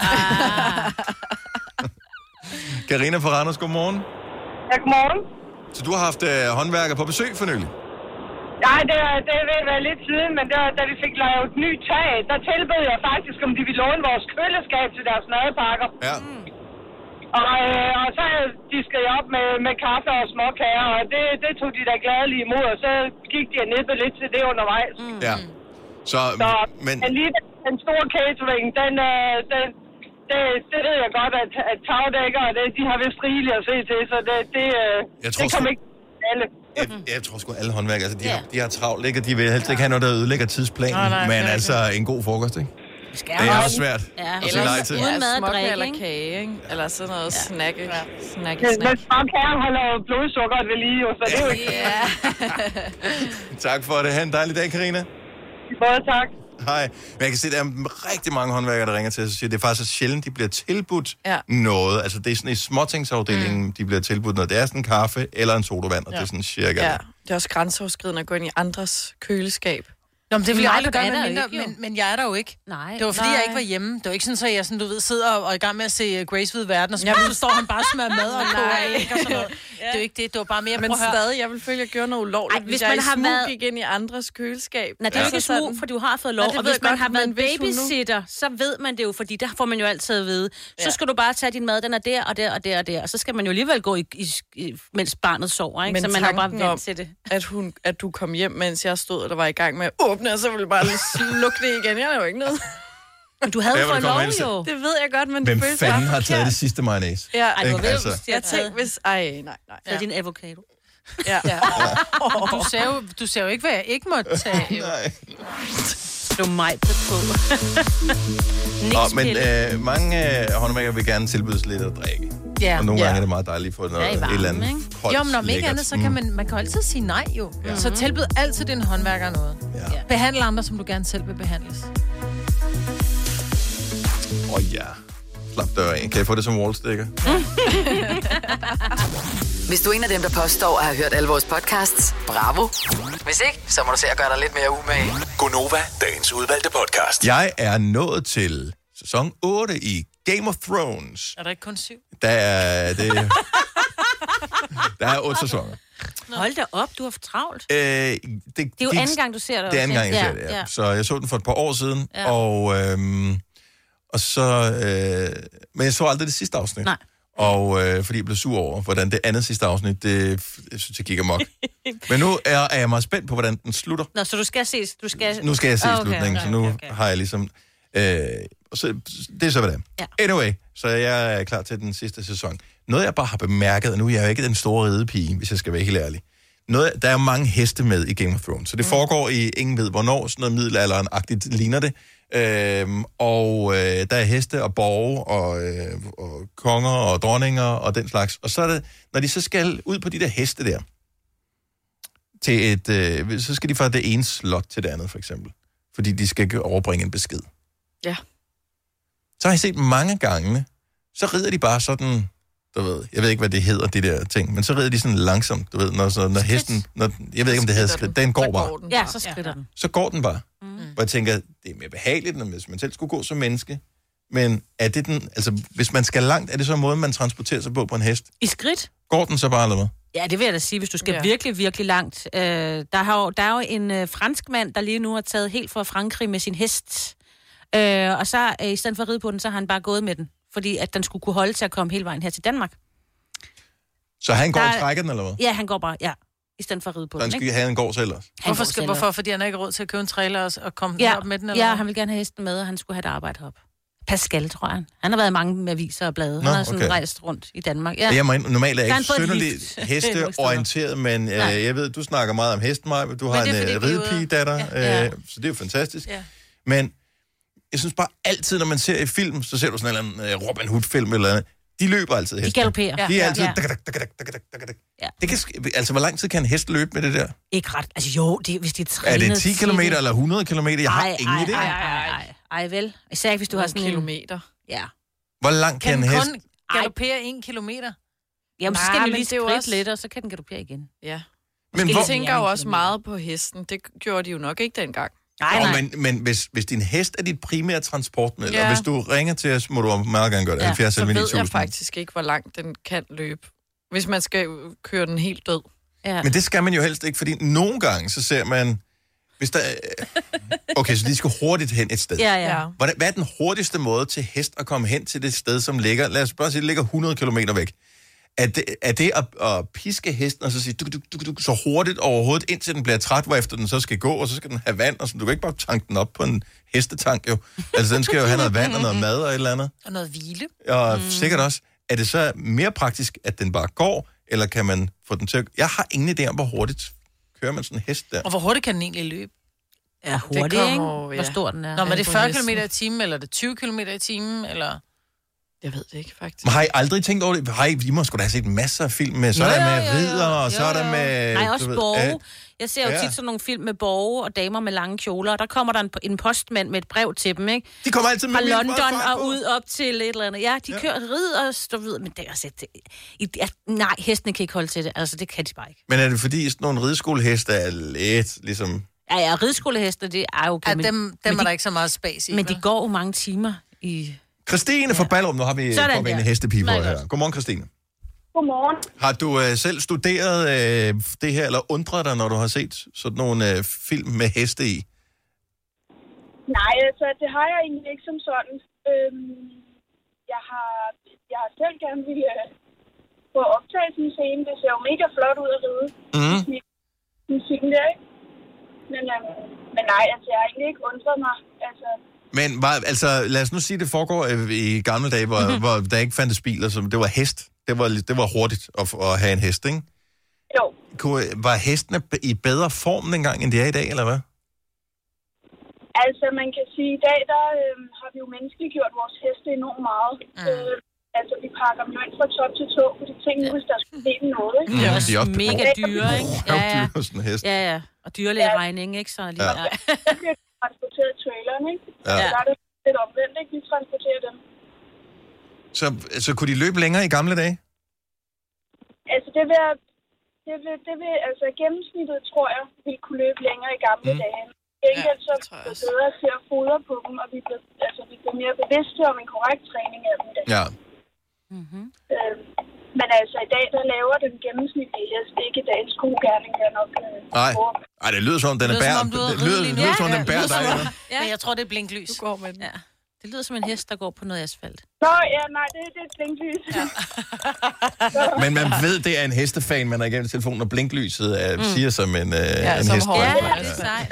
Carina fra Randers, godmorgen. Ja, godmorgen. Så du har haft håndværker på besøg for nylig? Nej, det vil være lidt siden, men da vi fik lavet ny tag, der tilbød jeg faktisk, om de ville låne vores køleskab til deres madpakker. Ja. Og så diskede jeg op med kaffe og småkager, og det tog de da gladeligt imod, og så gik de og nippede lidt til det undervejs. Ja. Så men lige den store catering, det ved jeg godt, at tagdækker, de har vist rigeligt at se til, så det kommer ikke til alle. Jeg tror sgu alle håndværkere, altså de har travlt, ikke? Og de vil helst ikke have noget, der ødelægger tidsplanen, men altså en god frokost, ikke? Det er også svært at sige nej til. Uden mad og drikke, eller kage, ikke? Eller sådan noget snack. Men småkager holder blodsukkeret ved lige, så det er jo ikke... Tak for det. Ha' en dejlig dag, Carina. Både tak. Hej. Men jeg kan se, at der er rigtig mange håndværkere, der ringer til os og siger, at det er faktisk så sjældent, de bliver tilbudt noget. Altså, det er sådan i småtingsafdelingen, de bliver tilbudt noget. Det er sådan en kaffe eller en sodavand, og det er sådan cirka det. Det er også grænseoverskridende at gå ind i andres køleskab. Nå, men det vil jeg aldrig gøre, men jeg er der jo ikke. Nej. Det var fordi, jeg ikke var hjemme. Det var ikke sådan, at jeg sådan, du ved, sidder og er i gang med at se Grace ved verden, og så står han bare og smører mad og koger æg og sådan noget. Det er jo ikke det, det var bare mere, men stadig, jeg vil føle, at jeg gjorde noget ulovligt, hvis man har smug gik ind i andres køleskab. Nej, det er ikke smug, for du har fået lov. Og hvis man har været babysitter, så ved man det jo, fordi der får man jo altid at vide. Så skal du bare tage din mad, den er der og der og der og der, og så skal man jo alligevel gå mens barnet sover, ikke? Så man har bare vant til det. At du kom hjem, mens jeg stod, og der var i gang med at åbne, og så ville bare slukke det igen. Jeg er jo ikke noget. Men du havde fået lov, jo. Det ved jeg godt, men det føles bare. Hvem fanden har taget det sidste mayonnaise? Ja, ej, jeg tænkte, hvis... nej. Så din avocado. Ja. Du sagde jo ikke, hvad jeg ikke måtte tage. Nej. Du mig på. Men mange håndværkere vil gerne tilbydes lidt at drikke. Ja. Og nogle gange er det meget dejligt for noget, et eller andet koldt. Jo, men om ikke andet, så kan man kan altid sige nej, jo. Ja. Så tilbyd altid din håndværker noget. Ja. Behandle andre, som du gerne selv vil behandles. Ja. Slap dør af. Kan jeg få det som wallsticker? Hvis du er en af dem, der påstår at have hørt alle vores podcasts, bravo. Hvis ikke, så må du se at gøre dig lidt mere umage. Gonova, dagens udvalgte podcast. Jeg er nået til sæson 8 i Game of Thrones. Er der ikke kun 7? Der er 8 sæsoner. Hold da op, du har for travlt. Det er jo anden gang, du ser det. Det er anden gang, jeg ser det, ja. Så jeg så den for et par år siden, og så... men jeg så aldrig det sidste afsnit. Nej. Og fordi jeg blev sur over, hvordan det andet sidste afsnit, det synes jeg gik amok. Men nu er jeg meget spændt på, hvordan den slutter. Nå, så du skal se... Nu skal jeg se slutningen, så nu har jeg ligesom... så, det er så, hvad det er. Ja. Anyway, så jeg er klar til den sidste sæson. Noget, jeg bare har bemærket, og nu er jeg jo ikke den store ridepige, hvis jeg skal være helt ærlig. Der er mange heste med i Game of Thrones, så det foregår i ingen ved hvornår, sådan noget middelalderen-agtigt ligner det. Der er heste og borge og konger og dronninger og den slags. Og så er det, når de så skal ud på de der heste der, til så skal de fra det ene slot til det andet, for eksempel. Fordi de skal overbringe en besked. Ja. Så har jeg set mange gange, så rider de bare sådan, du ved, jeg ved ikke, hvad det hedder, de der ting, men så rider de sådan langsomt, du ved, når hesten, jeg ved ikke, om det hedder skridt, den går bare. Ja, så skrider den. Så går den bare. Og jeg tænker, det er mere behageligt, end hvis man selv skulle gå som menneske. Men er det den, altså hvis man skal langt, er det så en måde, man transporterer sig på en hest? I skridt? Går den så bare eller hvad? Ja, det vil jeg da sige, hvis du skal virkelig, virkelig langt. Der er jo en fransk mand, der lige nu har taget helt fra Frankrig med sin hest. Og så i stedet for at ride på den, så har han bare gået med den. Fordi at den skulle kunne holde til at komme hele vejen her til Danmark. Så han går og trækker den, eller hvad? Ja, han går bare, i stedet for at ride på den, ikke? Så han går selv også? Hvorfor? Fordi han ikke har råd til at købe en trailer og komme op med den, eller ja, han vil gerne have hesten med, og han skulle have et arbejde op. Pascal, tror jeg. Han har været i mange aviser og blade. Han har sådan rejst rundt i Danmark. Ja. Jeg normalt er ikke synderligt hesteorienteret, men jeg ved, du snakker meget om hesten, Maja. Du har en ridepige-datter, så det er jo fantastisk. Ja. Men jeg synes bare altid, når man ser i film, så ser du sådan en eller anden Robin Hood-film eller andet. De løber altid hesten. De galopperer. De er altid... Det kan, altså, hvor lang tid kan en hest løbe med det der? Ikke ret. Altså jo, hvis de er trænet... Er det 10 km eller 100 km? Jeg har ingen idé. Ej, vel. Især hvis du har sådan kilometer. Ja. Hvor langt kan en hest... Kan den kun galopere 1 kilometer? Jamen, så skal den lige skridt lidt, og så kan den galopere igen. Ja. Men de tænker jo også meget på hesten. Det gjorde de jo nok ikke dengang. Nej. Men hvis din hest er dit primære transportmiddel, og hvis du ringer til os, må du meget gerne gøre det. 70 så ved jeg faktisk ikke, hvor langt den kan løbe. Hvis man skal køre den helt død. Ja. Men det skal man jo helst ikke, fordi nogle gange, så ser man... Hvis der... Okay, så de skal hurtigt hen et sted. Ja. Hvad er den hurtigste måde til hest at komme hen til det sted, som ligger... Lad os bare sige, det ligger 100 kilometer væk. Er det at piske hesten og så sige så hurtigt overhovedet, indtil den bliver træt, hvorefter den så skal gå, og så skal den have vand, og så du kan ikke bare tanke den op på en hestetank jo. Altså den skal jo have noget vand og noget mad og et eller andet. Og noget hvile. Og sikkert også. Er det så mere praktisk, at den bare går, eller kan man få den til at... Jeg har ingen idé om, hvor hurtigt kører man sådan en hest der. Og hvor hurtigt kan den egentlig løbe? Ja, hurtigt, ikke? Hvor stor den er. Nå, men er det 40 km i timen, eller er det 20 km i timen, eller... Jeg ved det ikke, faktisk. Men har I aldrig tænkt over det? Vi må sgu da have set masser af film med, så er der med ridder, og så er der med... Nej, også borge. Jeg ser jo tit sådan nogle film med borge og damer med lange kjoler, og der kommer der en postmand med et brev til dem, ikke? De kommer altid med fra London og ud op til et eller andet. Ja, de kører rid og står videre, men det er altså... Nej, hestene kan ikke holde til det. Altså, det kan de bare ikke. Men er det fordi, sådan nogle rideskoleheste er lidt ligesom... Ja, rideskoleheste, det er okay. Ja, dem er der ikke så meget spas i. Men de går jo mange timer i... Christine fra Ballerup, nu har vi en hestepige for her. Godmorgen, Christine. Godmorgen. Har du selv studeret det her, eller undret dig, når du har set sådan nogle film med heste i? Nej, altså, det har jeg egentlig ikke som sådan. Jeg har selv gerne ville få optaget sådan en scene. Det ser jo mega flot ud at ride. Musikken der, ikke? Men nej, altså, jeg har egentlig ikke undret mig. Men lad os nu sige, det foregår i gamle dage, hvor der ikke fandtes biler, så det var hest. Det var hurtigt at have en hest, ikke? Jo. Var hestene i bedre form dengang, end de er i dag, eller hvad? Altså, man kan sige, i dag, der har vi jo menneskeliggjort vores heste enormt meget. Altså, vi pakker dem jo ind fra top til tå, fordi ting nu, hvis der skulle ske noget, ikke? Det er også mega dyre, ikke? Ja. Og dyrlægeregning, ikke? Så lige der. Det bliver transporteret i traileren, ikke? Ja. Så der er det lidt omvendt, ikke? Vi transporterer dem. Så kunne de løbe længere i gamle dage? Altså, altså gennemsnittet, tror jeg, ville kunne løbe længere i gamle dage. Enkelt så er det bedre til at fodre på dem, og vi bliver mere bevidste om en korrekt træning af dem. Ja. Men altså, i dag, der laver den gennemsnitlige hest ikke dagens gode gerning, der nok... Nej, det lyder som, den er bær. Det lyder som, den bærer dig. Men jeg tror, det er blinklys. Du går med den. Ja. Det lyder som en hest, der går på noget asfalt. Nå, ja, nej, det er et blinklys. Ja. Men man ved, det er en hestefan, man har igennem telefonen, og blinklyset siger som en hest. Ja, det er sejt.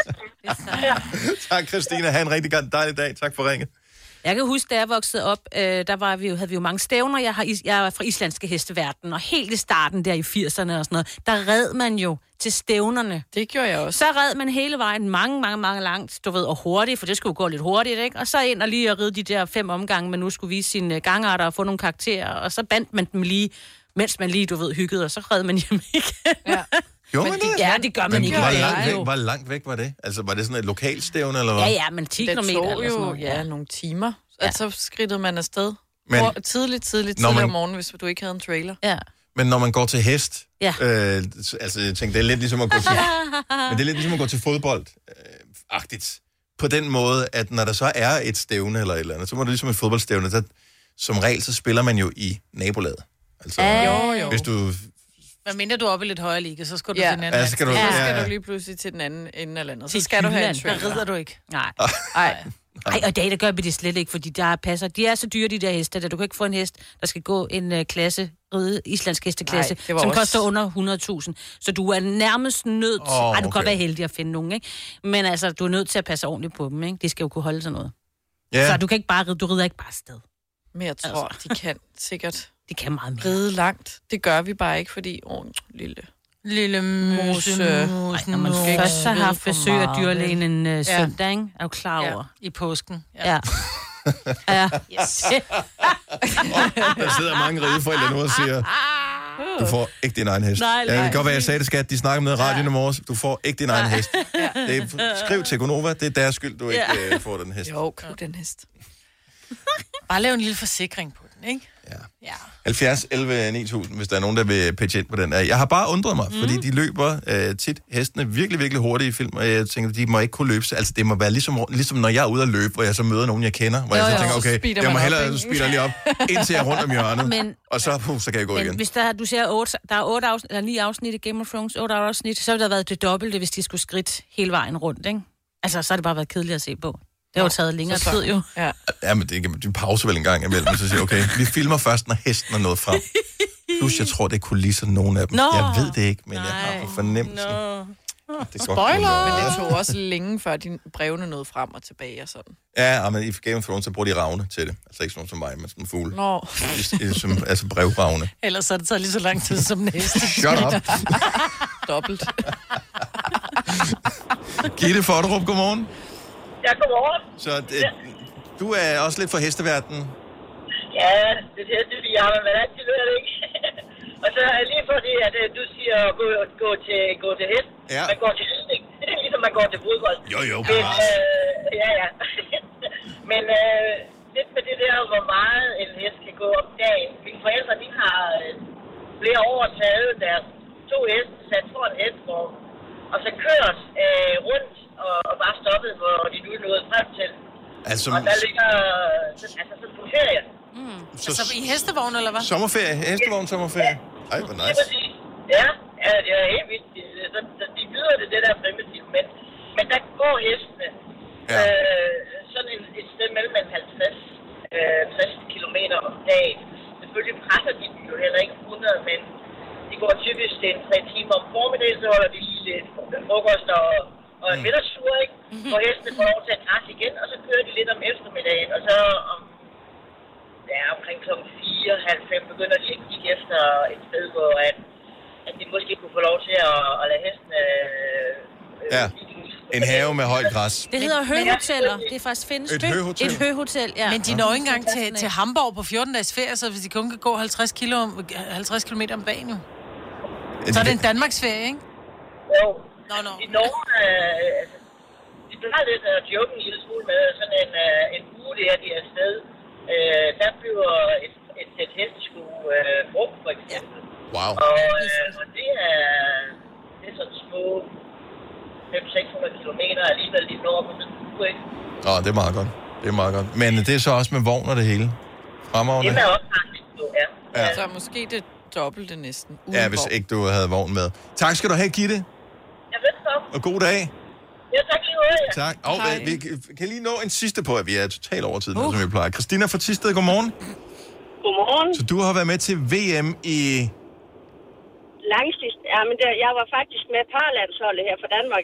Tak, Christina. Ha' en rigtig dejlig dag. Tak for ringet. Jeg kan huske, da jeg voksede op, havde vi jo mange stævner. Jeg er fra islandske hesteverden, og helt i starten der i 80'erne og sådan noget, der red man jo til stævnerne. Det gjorde jeg også. Så red man hele vejen mange langt, du ved, og hurtigt, for det skulle gå lidt hurtigt, ikke? Og så ind og lige at ride de der 5 omgange, man nu skulle vise sine gangarter og få nogle karakterer, og så bandt man dem lige, mens man lige, du ved, hyggede, og så red man hjem igen. Ja. Gjorde man det? Ja, det gør man ikke. Hvor langt væk var det? Altså, var det sådan et lokalstævne, eller hvad? Ja, men 10 kilometer eller sådan noget. Ja, nogle timer. Ja. Så skridtede man afsted. Tidligt om morgenen, hvis du ikke havde en trailer. Ja. Men når man går til hest, altså jeg tænkte, det er lidt ligesom at gå til, men det er lidt ligesom at gå til fodbold, agtigt. På den måde, at når der så er et stævne eller et eller andet, så må det ligesom et fodboldstævne, så som regel, så spiller man jo i nabolaget. Altså, jo. Hvis du... Hvad mindre du er oppe i lidt højere liga, så skal du til den anden. Så skal du lige pludselig til den anden ende af landet. Så skal du have en trailer. Der rider du ikke. Nej, og i dag, der gør vi det slet ikke, fordi der passer. De er så dyre, de der heste, at du kan ikke få en hest, der skal gå en klasse, islandsk hesteklasse, som koster under 100.000. Så du er nærmest nødt til... du kan godt være heldig at finde nogen, ikke? Men altså, du er nødt til at passe ordentligt på dem, ikke? De skal jo kunne holde sådan noget. Yeah. Så du kan ikke bare ride, du rider ikke bare afsted. Men jeg tror, de kan sikkert... De kan meget mere. Ride langt. Det gør vi bare ikke, fordi... Lille mus. Når man først har haft besøg af dyrlægen en søndag, ikke? Er du klar over? I påsken. Ja. Ja. Yes. Der sidder mange rideforældre nu og siger, du får ikke din egen hest. Nej. Jeg kan godt være, jeg sagde det, skat. De snakker med radioen i morges. Du får ikke din egen hest. Skriv til Gonova, det er deres skyld, du ikke får den hest. Jo, køb den hest. Bare lav en lille forsikring på den, ikke? Ja. 70, 11, 9000, hvis der er nogen, der vil pitche ind på den. Jeg har bare undret mig, fordi de løber tit hestene virkelig, virkelig hurtigt i film, og jeg tænker, de må ikke kunne løbe. Altså, det må være ligesom når jeg er ude at løbe, hvor jeg så møder nogen, jeg kender, hvor jeg så tænker, okay, jeg må hellere speede lige op, indtil jeg er rundt om hjørnet, og så kan jeg gå igen. Hvis du siger, der er 9 afsnit i Game of Thrones, 8 afsnit, så ville der været det dobbelte, hvis de skulle skridt hele vejen rundt, ikke? Altså, så har det bare været kedeligt at se på. Det har jo taget længere tid, jo. Ja, men det pause vel en gang imellem, så siger okay, vi filmer først, når hesten er nået frem. Plus, jeg tror, det er kulisser, nogle af dem. Jeg ved det ikke, men jeg har på fornemmelsen. Spoiler! Men det tog også længe, før de brevene nåede frem og tilbage og sådan. Ja, men i Game of Thrones, så bruger de ravne til det. Altså ikke sådan som mig, men sådan en fugle. Altså brevravne. Ellers så er det taget lige så lang tid som næste. Shut up. Dobbelt. Gitte Fodderup, godmorgen. Ja, godmorgen. Så du er også lidt fra hesteverdenen? Ja, det er hestefri, men altid ved det ikke. Og så lige fordi, at du siger gå til hest, Ja. Man går til hestning. Det er ligesom man går til fodbold. Jo, men, ja. Men lidt med det der, hvor meget en hest kan gå om dagen. Mine forældre, de har flere år taget deres 2 heste, sat for en hestvogn, og så kørt rundt og bare stoppet, hvor de nu er nået frem til. Altså, og der ligger sådan på ferie. Så i hestevogn, eller hvad? Sommerferie, sommerferie. Ej, hvor nice. Ja, det er helt vildt. De byder det der primitivt, men der går hestene sådan et sted mellem 50-60 kilometer om dagen. Selvfølgelig presser de jo heller ikke 100, men de går typisk 3 timer om formiddagen, så holder de lige lidt frokost og en middagstur, ikke? Hvor hestene får lov til at græsse igen, og så kører de lidt om eftermiddagen, og så omkring kl. 4:30 begynder de at kigge efter et sted, hvor at de måske kunne få lov til at lade hestene... En have med højt græs. Det hedder høhoteller. Det er faktisk findes. Et høhotel? Et høhotel, ja. Men de når ikke engang til Hamburg på 14 dages ferie, så hvis de kun kan gå 50 kilometer om dagen, jo. Så er det en Danmarks ferie, ikke? Jo. Nå. I Norge, de plejer lidt at joke en lille smule med sådan en uge, det er de er afsted. Der bliver et sæt hestesko brugt, for eksempel. Wow. Og det er sådan små 500-600 kilometer alligevel lige når på sådan en uge, ikke? Det er meget godt. Det er meget godt. Men det er så også med vogn og det hele. Fremragende. Det er også faktisk ja. Så måske det dobbelte næsten. Ja, hvis ikke du havde vogn med. Tak skal du have, Gitte. Jeg ved så. Og god dag. Ja, tak lige måde, ja. Tak. Og vi kan lige nå en sidste på, at vi er totalt over tiden, som vi plejer. Christina fra Thisted, godmorgen. Godmorgen. Så du har været med til VM i... Langsidst. Ja, men jeg var faktisk med parlandsholdet her fra Danmark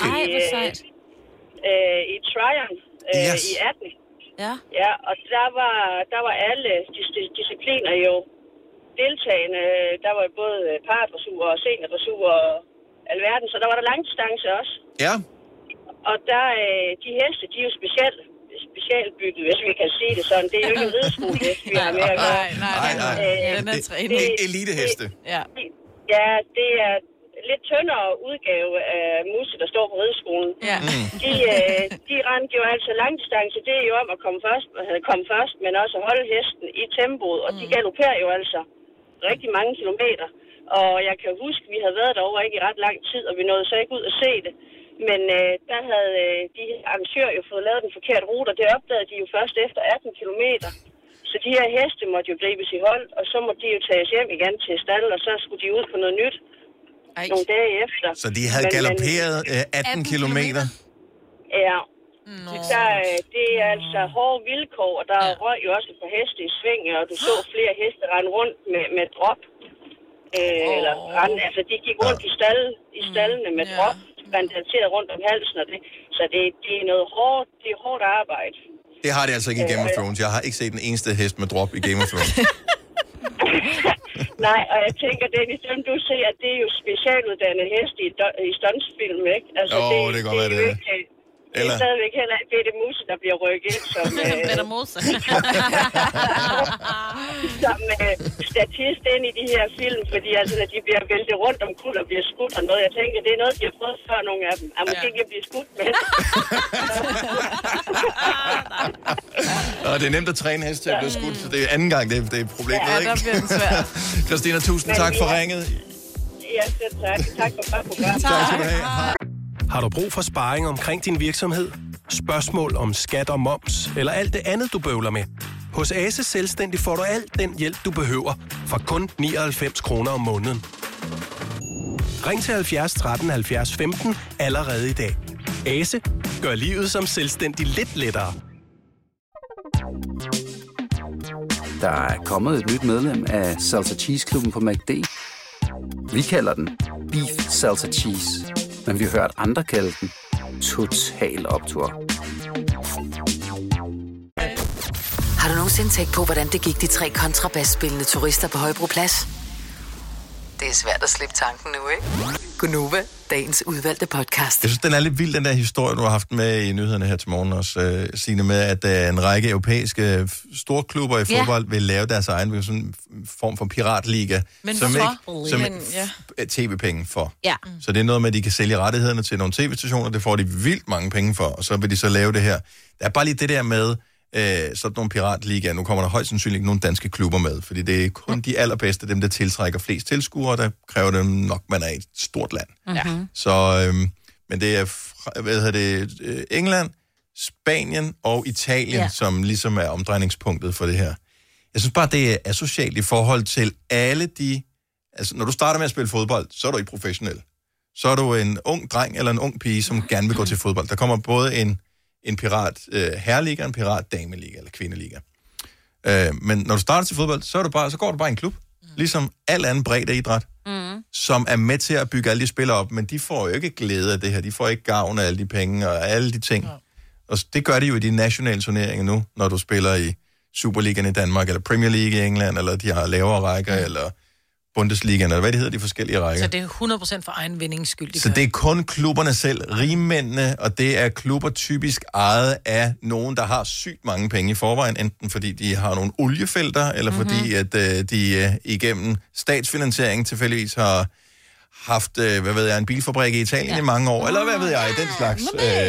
i Tryon i 18. Ja. Ja, og der var alle discipliner jo deltagende. Der var både paradressur og seniordressur og alverden, så der var der langdistance også. Ja. Og der, de heste, de er jo specialbygget, hvis vi kan sige det sådan. Det er jo ikke en rideskolehest, vi har med at gøre. Nej. Eliteheste. Ja, det er lidt tyndere udgave af musse, der står på rideskolen. Ja. De rendte jo altså langdistance. Det er jo om at komme først, men også at holde hesten i tempoet. Og de galopperer jo altså rigtig mange kilometer. Og jeg kan huske, vi havde været derovre ikke i ret lang tid, og vi nåede så ikke ud at se det. Men der havde de arrangører jo fået lavet den forkerte rute, og det opdagede de jo først efter 18 kilometer. Så de her heste måtte jo gribes i hold, og så måtte de jo tages hjem igen til stallen, og så skulle de ud på noget nyt nogle dage efter. Så de havde galopperet 18 kilometer? Ja. Det er altså hårde vilkår, og der røg jo også på heste i sving, og du så flere heste rende rundt med drop. Eller rende, altså de gik rundt i stallene med drop, bandageret rundt om halsen og det. Så det er noget hårdt, det er hårdt arbejde. Det har det altså ikke i Game of Thrones. Jeg har ikke set den eneste hest med drop i Game of Thrones. Nej, og jeg tænker, Dennis, dem du ser, at det er jo specialuddannede heste i stuntsfilm, ikke? Altså, det kan godt være det. Det er stadigvæk heller ikke Peter Mose, der bliver rykket ind som... Peter Mose. som statist ind i de her film, fordi altså, når de bliver væltet rundt om kul og bliver skudt og noget, jeg tænker, det er noget, de har prøvet før nogle af dem. Måske ikke bliver skudt med. Og det er nemt at træne heste til at blive skudt, så det er anden gang, det er et problem, ikke? Ja, der bliver den svært. Christina, tusind tak for ringet. Ja, selv tak. Tak for godt program. Tak skal du have. Har du brug for sparring omkring din virksomhed? Spørgsmål om skat og moms, eller alt det andet, du bøvler med? Hos Ase Selvstændig får du alt den hjælp, du behøver, for kun 99 kroner om måneden. Ring til 70 13 70 15 allerede i dag. Ase gør livet som selvstændig lidt lettere. Der er kommet et nyt medlem af Salsa Cheese Klubben på McD. Vi kalder den Beef Salsa Cheese, men vi har hørt andre kalde den Total Optur. Har du nogensinde tænkt på, hvordan det gik de 3 kontrabasspillende turister på Højbroplads? Det er svært at slippe tanken nu, ikke? Gunova, dagens udvalgte podcast. Jeg synes, den er lidt vild, den der historie, du har haft med i nyhederne her til morgen også, Signe, med, at en række europæiske storklubber i fodbold vil lave deres egen sådan en form for piratliga. Men som tv-penge for. Ja. Så det er noget med, at de kan sælge rettighederne til nogle tv-stationer, det får de vildt mange penge for, og så vil de så lave det her. Der er bare lige det der med sådan nogle piratligaer. Nu kommer der højst sandsynligt ikke nogen danske klubber med, fordi det er kun de allerbedste, dem der tiltrækker flest tilskuere, der kræver dem nok, man er i et stort land. Mm-hmm. Så, men det er, England, Spanien og Italien, som ligesom er omdrejningspunktet for det her. Jeg synes bare, det er asocialt i forhold til alle de... Altså, når du starter med at spille fodbold, så er du ikke professionel. Så er du en ung dreng eller en ung pige, som gerne vil gå til fodbold. Der kommer både en pirat herreliga, en pirat dameliga eller kvindeliga. Men når du starter til fodbold, så går du bare i en klub. Ligesom al anden breddeidræt, som er med til at bygge alle de spillere op, men de får jo ikke glæde af det her. De får ikke gavn af alle de penge og alle de ting. Og det gør de jo i de nationale turneringer nu, når du spiller i Superligaen i Danmark, eller Premier League i England, eller de har lavere rækker, eller Bundesligaen, eller hvad det hedder, de forskellige rækker. Så det er 100% for egen vindings skyld. Så det er kun klubberne selv, rigmændene, og det er klubber typisk ejet af nogen, der har sygt mange penge i forvejen, enten fordi de har nogle oliefelter, eller fordi at de igennem statsfinansiering tilfældigvis har haft, en bilfabrik i Italien i mange år, eller hvad ved jeg, den slags.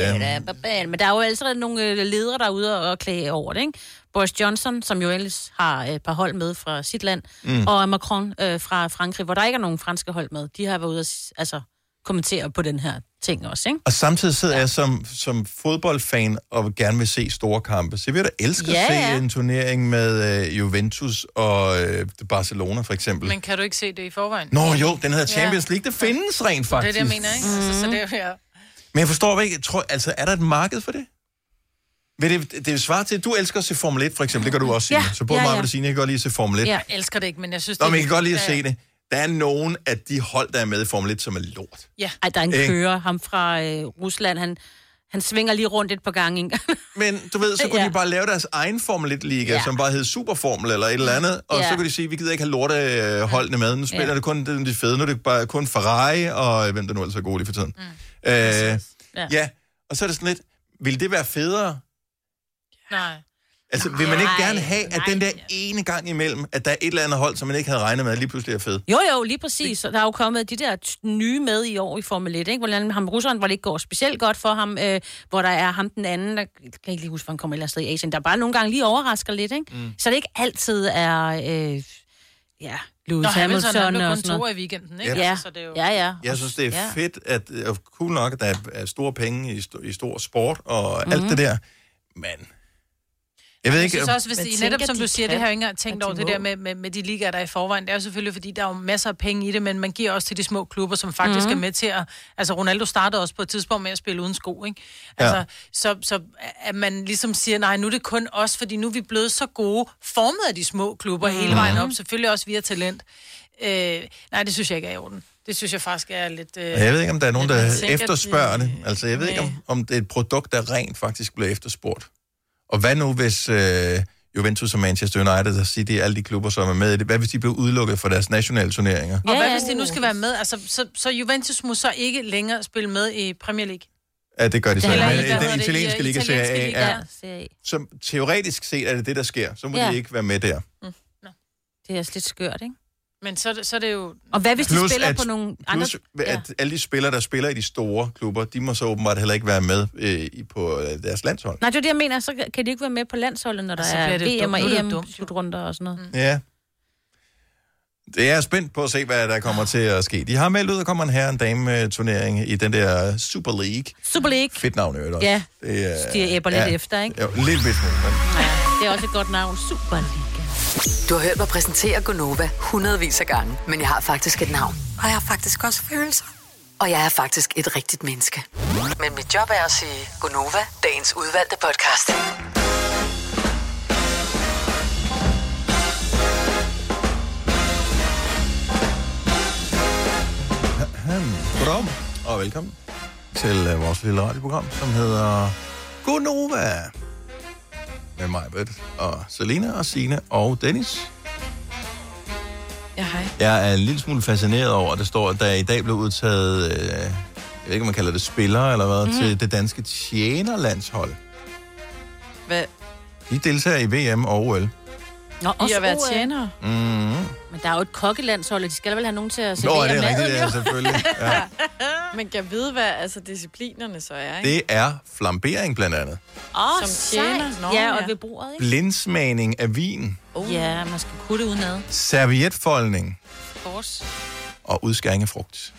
Men der er jo altså nogle ledere, der er ude og klage over det, ikke? Boris Johnson, som jo ellers har et par hold med fra sit land, og Macron fra Frankrig, hvor der ikke er nogen franske hold med. De har været ude og kommentere på den her ting også, ikke? Og samtidig sidder jeg som fodboldfan og gerne vil se store kampe. Så jeg vil da elske at se en turnering med Juventus og Barcelona, for eksempel. Men kan du ikke se det i forvejen? Nå jo, den hedder Champions League. Det findes rent faktisk. Det er det, jeg mener, ikke? Altså, så det er jo, Men jeg forstår ikke, er der et marked for det? Det er jo svaret til, at du elsker at se Formel 1, for eksempel. Det gør du også, Signe. Så både mig og Signe, jeg kan godt lide at se Formel 1. Jeg elsker det ikke, men jeg synes... men jeg kan godt lide at se det. Der er nogen af de hold, der er med i Formel 1, som er lort. Ja. Ej, der er en kører, ham fra Rusland, han svinger lige rundt et par gange. Men du ved, så kunne de bare lave deres egen Formel 1-liga, som bare hed Superformel eller et eller andet, og så kunne de sige, vi gider ikke have lorteholdene med. Nu spiller det kun de fede, nu er det bare kun Ferrari, og hvem der nu ellers er god lige for tiden. Og så er det sådan lidt, vil det være federe? Nej. Altså, vil man ikke gerne have, at den der ene gang imellem, at der er et eller andet hold, som man ikke havde regnet med, lige pludselig er fed? Jo, lige præcis. Der er jo kommet de der nye med i år i Formel 1, ikke? Hvordan ham russeren, hvor det ikke går specielt godt for ham, hvor der er ham den anden, der kan ikke lige huske, hvor han kommer et eller andet sted i Asien, der bare nogle gange lige overrasker lidt, ikke? Så det ikke altid er, Lewis Hamilton han og kun 2 i weekenden, ikke? Ja. Så det er jo... Jeg synes, det er fedt, at cool nok, at der er store penge i stor sport og alt det der, men... Jeg ved ikke... Jeg synes også, hvis netop som du siger, det har jeg ikke engang tænkt over, det der med de ligaer, der er i forvejen. Det er jo selvfølgelig, fordi der er jo masser af penge i det, men man giver også til de små klubber, som faktisk er med til at... Altså, Ronaldo startede også på et tidspunkt med at spille uden sko, ikke? Altså, så at man ligesom siger, nej, nu er det kun os, fordi nu er vi blevet så gode, formet af de små klubber hele vejen op, selvfølgelig også via talent. Nej, det synes jeg ikke er i orden. Det synes jeg faktisk er lidt... Jeg ved ikke, om der er nogen, der efterspørger det. Altså, jeg ved ikke, om det er et produkt, der rent faktisk bliver efterspurgt. Og hvad nu, hvis Juventus og Manchester United og City, alle de klubber, som er med i det, hvad hvis de bliver udelukket fra deres nationale turneringer? Og hvad hvis de nu skal være med? Altså, så Juventus må så ikke længere spille med i Premier League? Ja, det gør de så. Men den italienske liga Serie A. Så teoretisk set er det der sker. Så må de ikke være med der. Det er lidt skørt, ikke? Men så er det jo... Og hvad hvis de spiller på nogle andre... At alle de spillere, der spiller i de store klubber, de må så åbenbart heller ikke være med på deres landshold. Nej, det er det, jeg mener. Så kan de ikke være med på landsholdet, når der er VM og EM-slutrunder og sådan noget. Ja. Det er spændt på at se, hvad der kommer til at ske. De har meldt ud, at der kommer en herre-en-dame-turnering i den der Super League. Super League. Fedt navn, også. Ja, de æbber lidt efter, ikke? Jo, lidt vist men... det er også et godt navn. Super League. Du har hørt mig præsentere Gunova hundredvis af gange, men jeg har faktisk et navn. Og jeg har faktisk også følelser. Og jeg er faktisk et rigtigt menneske. Men mit job er at sige Gunova, dagens udvalgte podcast. Goddag, og velkommen til vores lille radioprogram, som hedder Gunova. Med mig, Britt, og Selina, og Signe, og Dennis. Ja, hej. Jeg er en lille smule fascineret over, at det står, at der i dag blev udtaget, jeg ved ikke, om man kalder det spillere eller hvad, til det danske tjenerlandshold. Hvad? De deltager i VM og OL. Nå, I at være tjenere. Men der er jo et kokkelandshold, og de skal da vel have nogen til at servere maden. Nå, det er maden, rigtigt, ja, selvfølgelig. Ja. Men kan vide, hvad altså, disciplinerne så er, ikke? Det er flambering, blandt andet. Som tjener. Ja, og ved bordet, ikke? Blindsmagning af vin. Ja, man skal kunne det udenad. Servietfoldning. Og udskæring af frugt.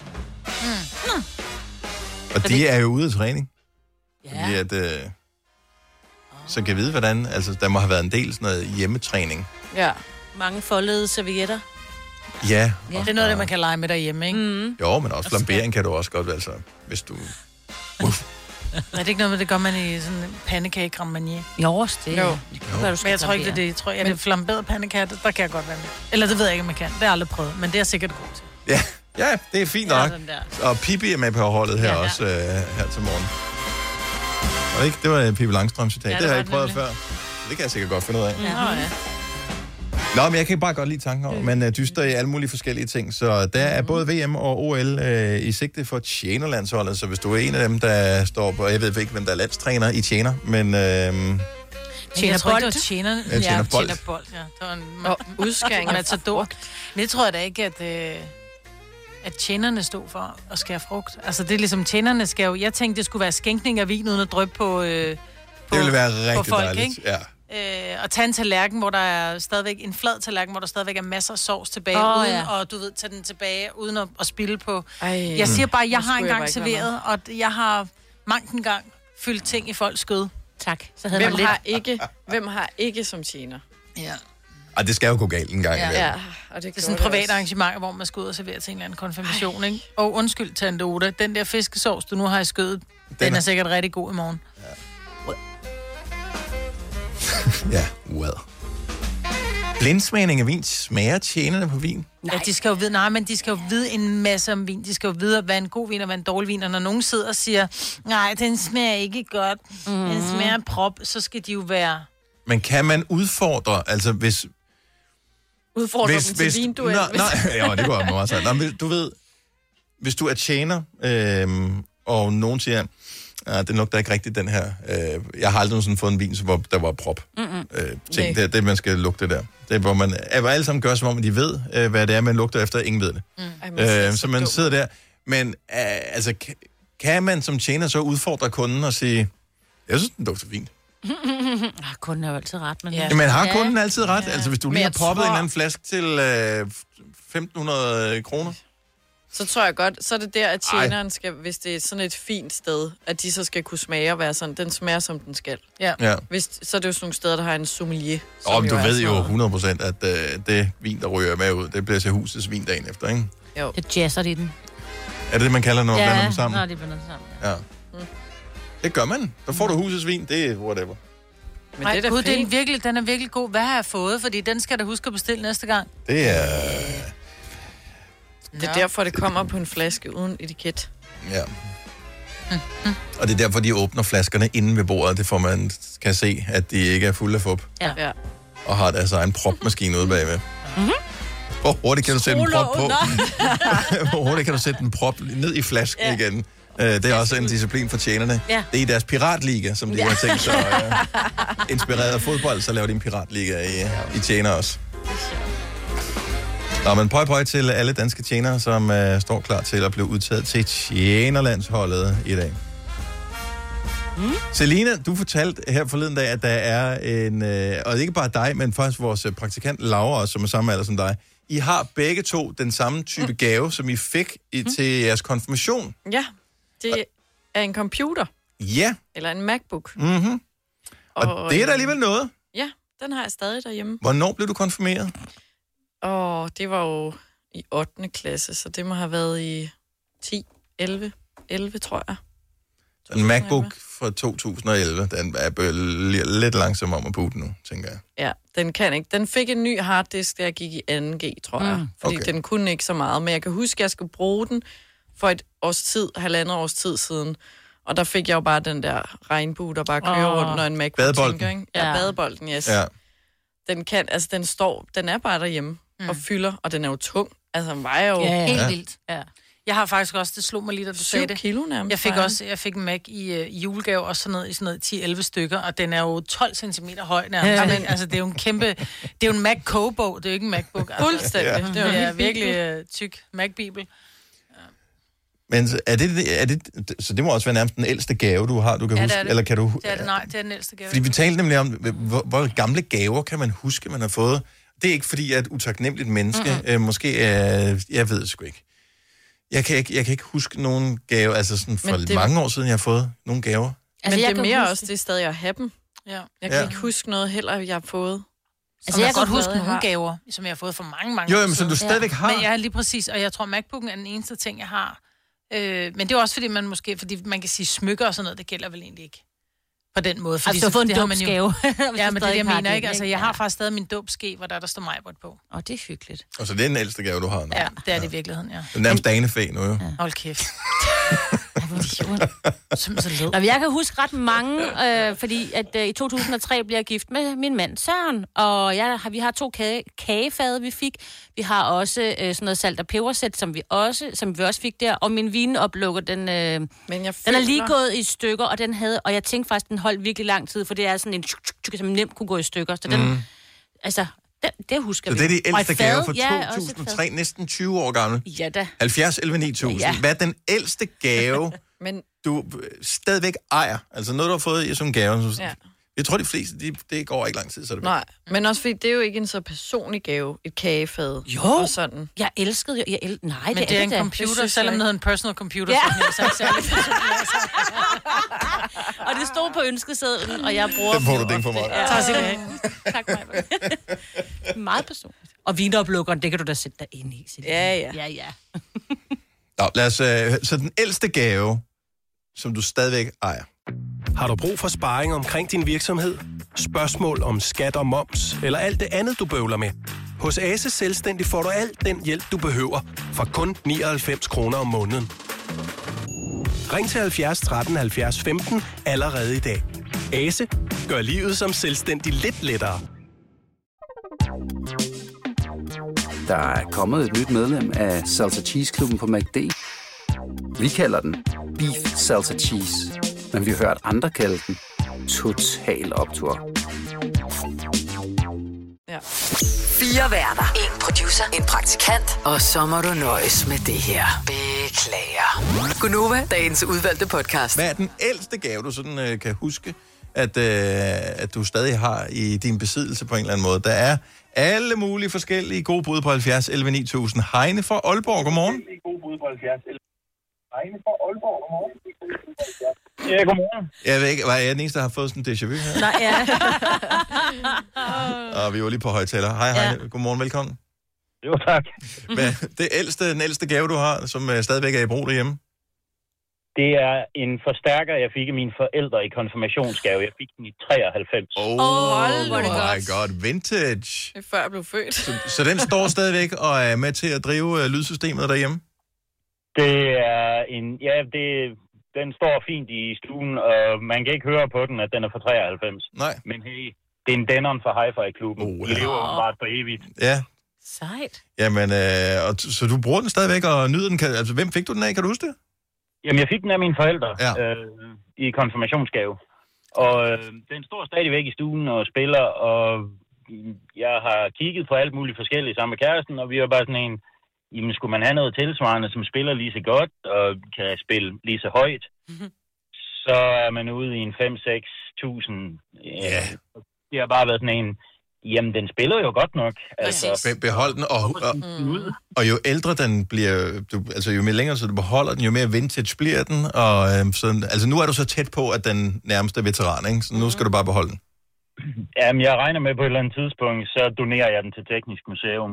Og de er jo ude af træning. Ja. Fordi at... så kan jeg vide, hvordan... Altså, der må have været en del sådan noget hjemmetræning. Ja. Mange foldede servietter. Ja. Det er noget, det man kan lege med derhjemme, ikke? Mm. Jo, men også flambering kan du også godt, altså, hvis du... Er det ikke noget med, det gør man i sådan en pandekage Grand Marnier? Jo, også det. Jo. Men jeg tror ikke, det er det. Jeg tror, at det flamberet pandekage, der kan jeg godt være med. Eller det ved jeg ikke, om man kan. Det har jeg aldrig prøvet, men det er jeg sikkert god til. Ja, det er fint nok. Og Pippi er med på holdet her også her til morgen. Og ikke? Det var Pippi Langstrøm-citat. Det har jeg ikke prøvet før. Det kan jeg sikkert godt finde ud af. Ja. Nå, men jeg kan bare godt lide tanken over. Man dyster i alle mulige forskellige ting. Så der er både VM og OL i sigte for tjenerlandsholdet. Så hvis du er en af dem, der står på... Jeg ved ikke, hvem der er landstræner i tjener, men... Tjenerbold. Det var tjenerne. Ja, tjenerbold. Tjenerbold, ja. Det var en udskæring af matador. Det tror jeg da ikke, at tjenerne stod for at skære frugt. Altså, det er ligesom, tjenerne skal jo... Jeg tænkte, det skulle være skænkning af vin uden at dryppe på det ville være rigtig folk, dejligt, ikke? Og tage en tallerken, hvor der er stadigvæk en flad tallerken, hvor der stadigvæk er masser af sovs tilbage, og du ved, tage den tilbage, uden at spilde på. Jeg siger bare, jeg har engang serveret, og jeg har mangt gang fyldt ting i folks skød. Tak. Så havde hvem har ikke som tjener? Ja. Og det skal jo gå galt en gang. Ja. Og det er sådan et privat arrangement, hvor man skal ud og servere til en eller anden konfirmation, ikke? Og undskyld, Tante Oda, den der fiskesovs, du nu har i skødet, den er sikkert rigtig god i morgen. Ja, well. Blindsmagning af vin. Smager tjenerne på vin? Ja, de skal jo vide, men de skal jo vide en masse om vin. De skal jo vide, hvad en god vin og hvad en dårlig vin. Og når nogen sidder og siger, nej, den smager ikke godt, den smager prop, så skal de jo være... Men kan man udfordre, altså hvis... Udfordre dem til vinduel? Ja, det går jeg meget sagt. Nå, du ved, hvis du er tjener, og nogen siger... Ja, det lugter ikke rigtigt, den her. Jeg har aldrig sådan fået en vin, hvor der var prop. Ting. Det, man skal lugte der. Det er, hvor man alle sammen gør, som om de ved, hvad det er, man lugter efter, ingen ved det. Så man sidder der. Men altså, kan man som tjener så udfordre kunden og sige, jeg synes, den dufter fint. Kunden har jo altid ret. Men har kunden altid ret? Altså, hvis du lige har proppet en eller anden flaske til 1.500 kroner, så tror jeg godt, så er det der, at tjeneren skal, hvis det er sådan et fint sted, at de så skal kunne smage og være sådan, den smager, som den skal. Ja. Så er det jo sådan nogle steder, der har en sommelier. Men du ved jo 100%, at det vin, der ryger med ud, det bliver til husets vin dagen efter, ikke? Jo. Det jazzer det den. Er det man kalder, når man blander dem sammen? Ja, de blander dem sammen. Ja. Det gør man. Så får du husets vin, det er whatever. Men det er Gud, den er virkelig god. Hvad har jeg fået? Fordi den skal da huske at bestille næste gang. Det er... Det er derfor, det kommer på en flaske uden etiket. Ja. Og det er derfor, de åbner flaskerne inde ved bordet. Det får man kan se, at de ikke er fulde af fup. Ja. Og har deres egen propmaskine ude bagved. Hvor hurtigt kan du sætte en prop på? Hvor hurtigt kan du sætte en prop ned i flasken igen? Det er også en disciplin for tjenerne. Ja. Det er i deres piratliga, som de har tænkt sig. Inspireret af fodbold, så laver de en piratliga i tjener også. Nå, men pøj til alle danske tjenere, som står klar til at blive udtaget til tjenerlandsholdet i dag. Selina, du fortalte her forleden dag, at der er en, og ikke bare dig, men faktisk vores praktikant Laura, som er samme alder som dig. I har begge to den samme type gave, som I fik til jeres konfirmation. Ja, det er en computer. Ja. Eller en MacBook. Og det er da alligevel noget. Ja, den har jeg stadig derhjemme. Hvornår blev du konfirmeret? Det var jo i 8. klasse, så det må have været i 11, tror jeg. En MacBook fra 2011, den er lidt langsom om at putte nu, tænker jeg. Ja, den kan ikke. Den fik en ny harddisk, da jeg gik i 2G, tror jeg. Fordi den kunne ikke så meget. Men jeg kan huske, at jeg skulle bruge den for halvandet års tid siden. Og der fik jeg jo bare den der regnbue, der bare kører rundt, når en MacBook badebolden. tænker, ikke? Ja, badebolden, yes. Ja. Den kan, altså den er bare derhjemme. og fylder, og den er jo tung. Altså, den vejer jo helt vildt. Ja. Jeg har faktisk også, det slog mig lige, da du sagde det. 7 kilo nærmest. Jeg fik en Mac i julegave, også sådan noget, i 10-11 stykker, og den er jo 12 cm høj nærmest. Ja. Altså, det er jo en kæmpe, det er jo en Mac-kogebog, det er jo ikke en MacBook. Altså. Fuldstændig. Det er jo virkelig tyk Mac-bibel. Men er det, så det må også være nærmest den ældste gave, du har, du kan huske? Det. Eller kan du... Det er det, nej, det er den ældste gave. Fordi vi talte nemlig om, hvor gamle gaver kan man huske, man har fået. Det er ikke, fordi jeg er et utaknemmeligt menneske. Måske jeg ved det sgu ikke. Jeg kan ikke huske nogen gave, altså sådan for mange år siden, jeg har fået nogle gaver. Altså, men det er mere også, det er stadig at have dem. Ja. Jeg kan ikke huske noget heller, jeg har fået. Altså, jeg kan godt huske nogle gaver, som jeg har fået for mange år siden. Jo, som du stadigvæk har. Men jeg er lige præcis, og jeg tror, MacBooken er den eneste ting, jeg har. Men det er også, fordi man kan sige smykker og sådan noget, det gælder vel egentlig ikke. På den måde. Fordi altså, du har fået en dåbsgave. Ja, men det er det, jeg mener, ikke? Altså, jeg har faktisk stadig min dåbsske, hvor der står Majbert på. Det er hyggeligt. Og så det er den ældste gave, du har nu. Ja, det er det i virkeligheden, ja. Det er nærmest danefæ nu, jo. Hold kæft. Jeg kan huske ret mange, fordi at i 2003 blev jeg gift med min mand Søren, og vi har 2 kagefade, vi fik. Vi har også sådan noget salt- og pebersæt, som vi også fik der, og min vinoplukker, den er lige gået i stykker, og jeg tænkte faktisk, den holdt virkelig lang tid, for det er sådan en som nemt kunne gå i stykker. Så den, altså, det husker vi. Så det er de ældste gaver fra 2003, næsten 20 år gammel. Ja da. 70 11 9000. Ja. Hvad er den ældste gave, du stadigvæk ejer? Altså noget, du har fået som gave. Jeg tror, de fleste, det går ikke lang tid, så det nej, men også fordi det er jo ikke en så personlig gave, et kagefad. Jo, og sådan. Jeg elskede jo. Nej, men det er en computer, selvom det hedder en personal computer, så er det særligt og det stod på ønskesedlen, og jeg bruger den. Den får du ding for mig. Ja. Tak skal Tak, Maja. Meget personligt. Og vinoplukkeren, det kan du da sætte dig ind i. Ja. Nå, lad os, så den ældste gave, som du stadigvæk ejer. Har du brug for sparring omkring din virksomhed? Spørgsmål om skat og moms, eller alt det andet, du bøvler med? Hos Ase Selvstændig får du alt den hjælp, du behøver, for kun 99 kroner om måneden. Ring til 70 13 70 15 allerede i dag. Ase gør livet som selvstændig lidt lettere. Der er kommet et nyt medlem af Salsa Cheese Klubben på McD. Vi kalder den Beef Salsa Cheese, men vi har hørt andre kalde den Total Optur. Ja. 4 værter, 1 producer, 1 praktikant, og så må du nøjes med det her. Beklager. Gunova, dagens udvalgte podcast. Hvad er den ældste gave, du sådan kan huske, at du stadig har i din besiddelse på en eller anden måde? Der er alle mulige forskellige gode bud på 70 11 9000. Heine fra Aalborg, godmorgen. Ja, godmorgen. Jeg ved ikke, var jeg den eneste, der har fået sådan en déjà vu her? Nej, ja. Og vi var lige på højtaler. Hej, Heine. Godmorgen, velkommen. Jo, tak. Den ældste gave, du har, som stadigvæk er i brug derhjemme? Det er en forstærker, jeg fik af mine forældre i konfirmationsgave. Jeg fik den i 93. Oh my god, vintage. Det er før jeg blev født. Så den står stadigvæk og er med til at drive lydsystemet derhjemme? Det er den står fint i stuen, og man kan ikke høre på den, at den er fra 93. Nej. Men hey, det er en Denon fra Hi-Fi-klubben. De lever bare for evigt. Ja. Sejt. Jamen, så du bruger den stadigvæk og nyder den? Altså, hvem fik du den af? Kan du huske det? Jamen, jeg fik den af mine forældre i konfirmationsgave. Og den står stadigvæk i stuen og spiller, og jeg har kigget på alt muligt forskelligt sammen med kæresten, og vi var bare sådan en, jamen skulle man have noget tilsvarende, som spiller lige så godt og kan spille lige så højt, så er man ude i en 5-6.000. Det har bare været sådan en, jamen den spiller jo godt nok. Altså, behold den, og jo ældre den bliver, jo mere længere så du beholder den, jo mere vintage bliver den, og altså nu er du så tæt på, at den nærmeste veteran, ikke? Så nu skal du bare beholde den. Jamen, jeg regner med på et eller andet tidspunkt, så donerer jeg den til Teknisk Museum.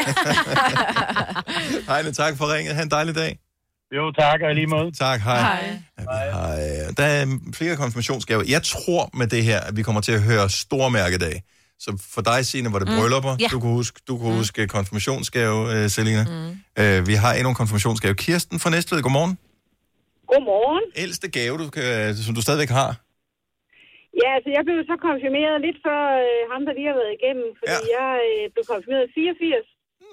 Heine, tak for ringet. Ha' en dejlig dag. Jo, tak, og lige måde. Tak, hej. Der er flere konfirmationsgaver. Jeg tror med det her, at vi kommer til at høre store mærkedage. Så for dig, Signe, var det bryllupper. Ja. Du kunne huske konfirmationsgave, Selina. Vi har endnu en konfirmationsgave. Kirsten fra Næstved, godmorgen. Godmorgen. Ældste gave, som du stadigvæk har? Ja, altså jeg blev så konfirmeret lidt før ham, der lige har været igennem, fordi jeg blev konfirmeret i 84.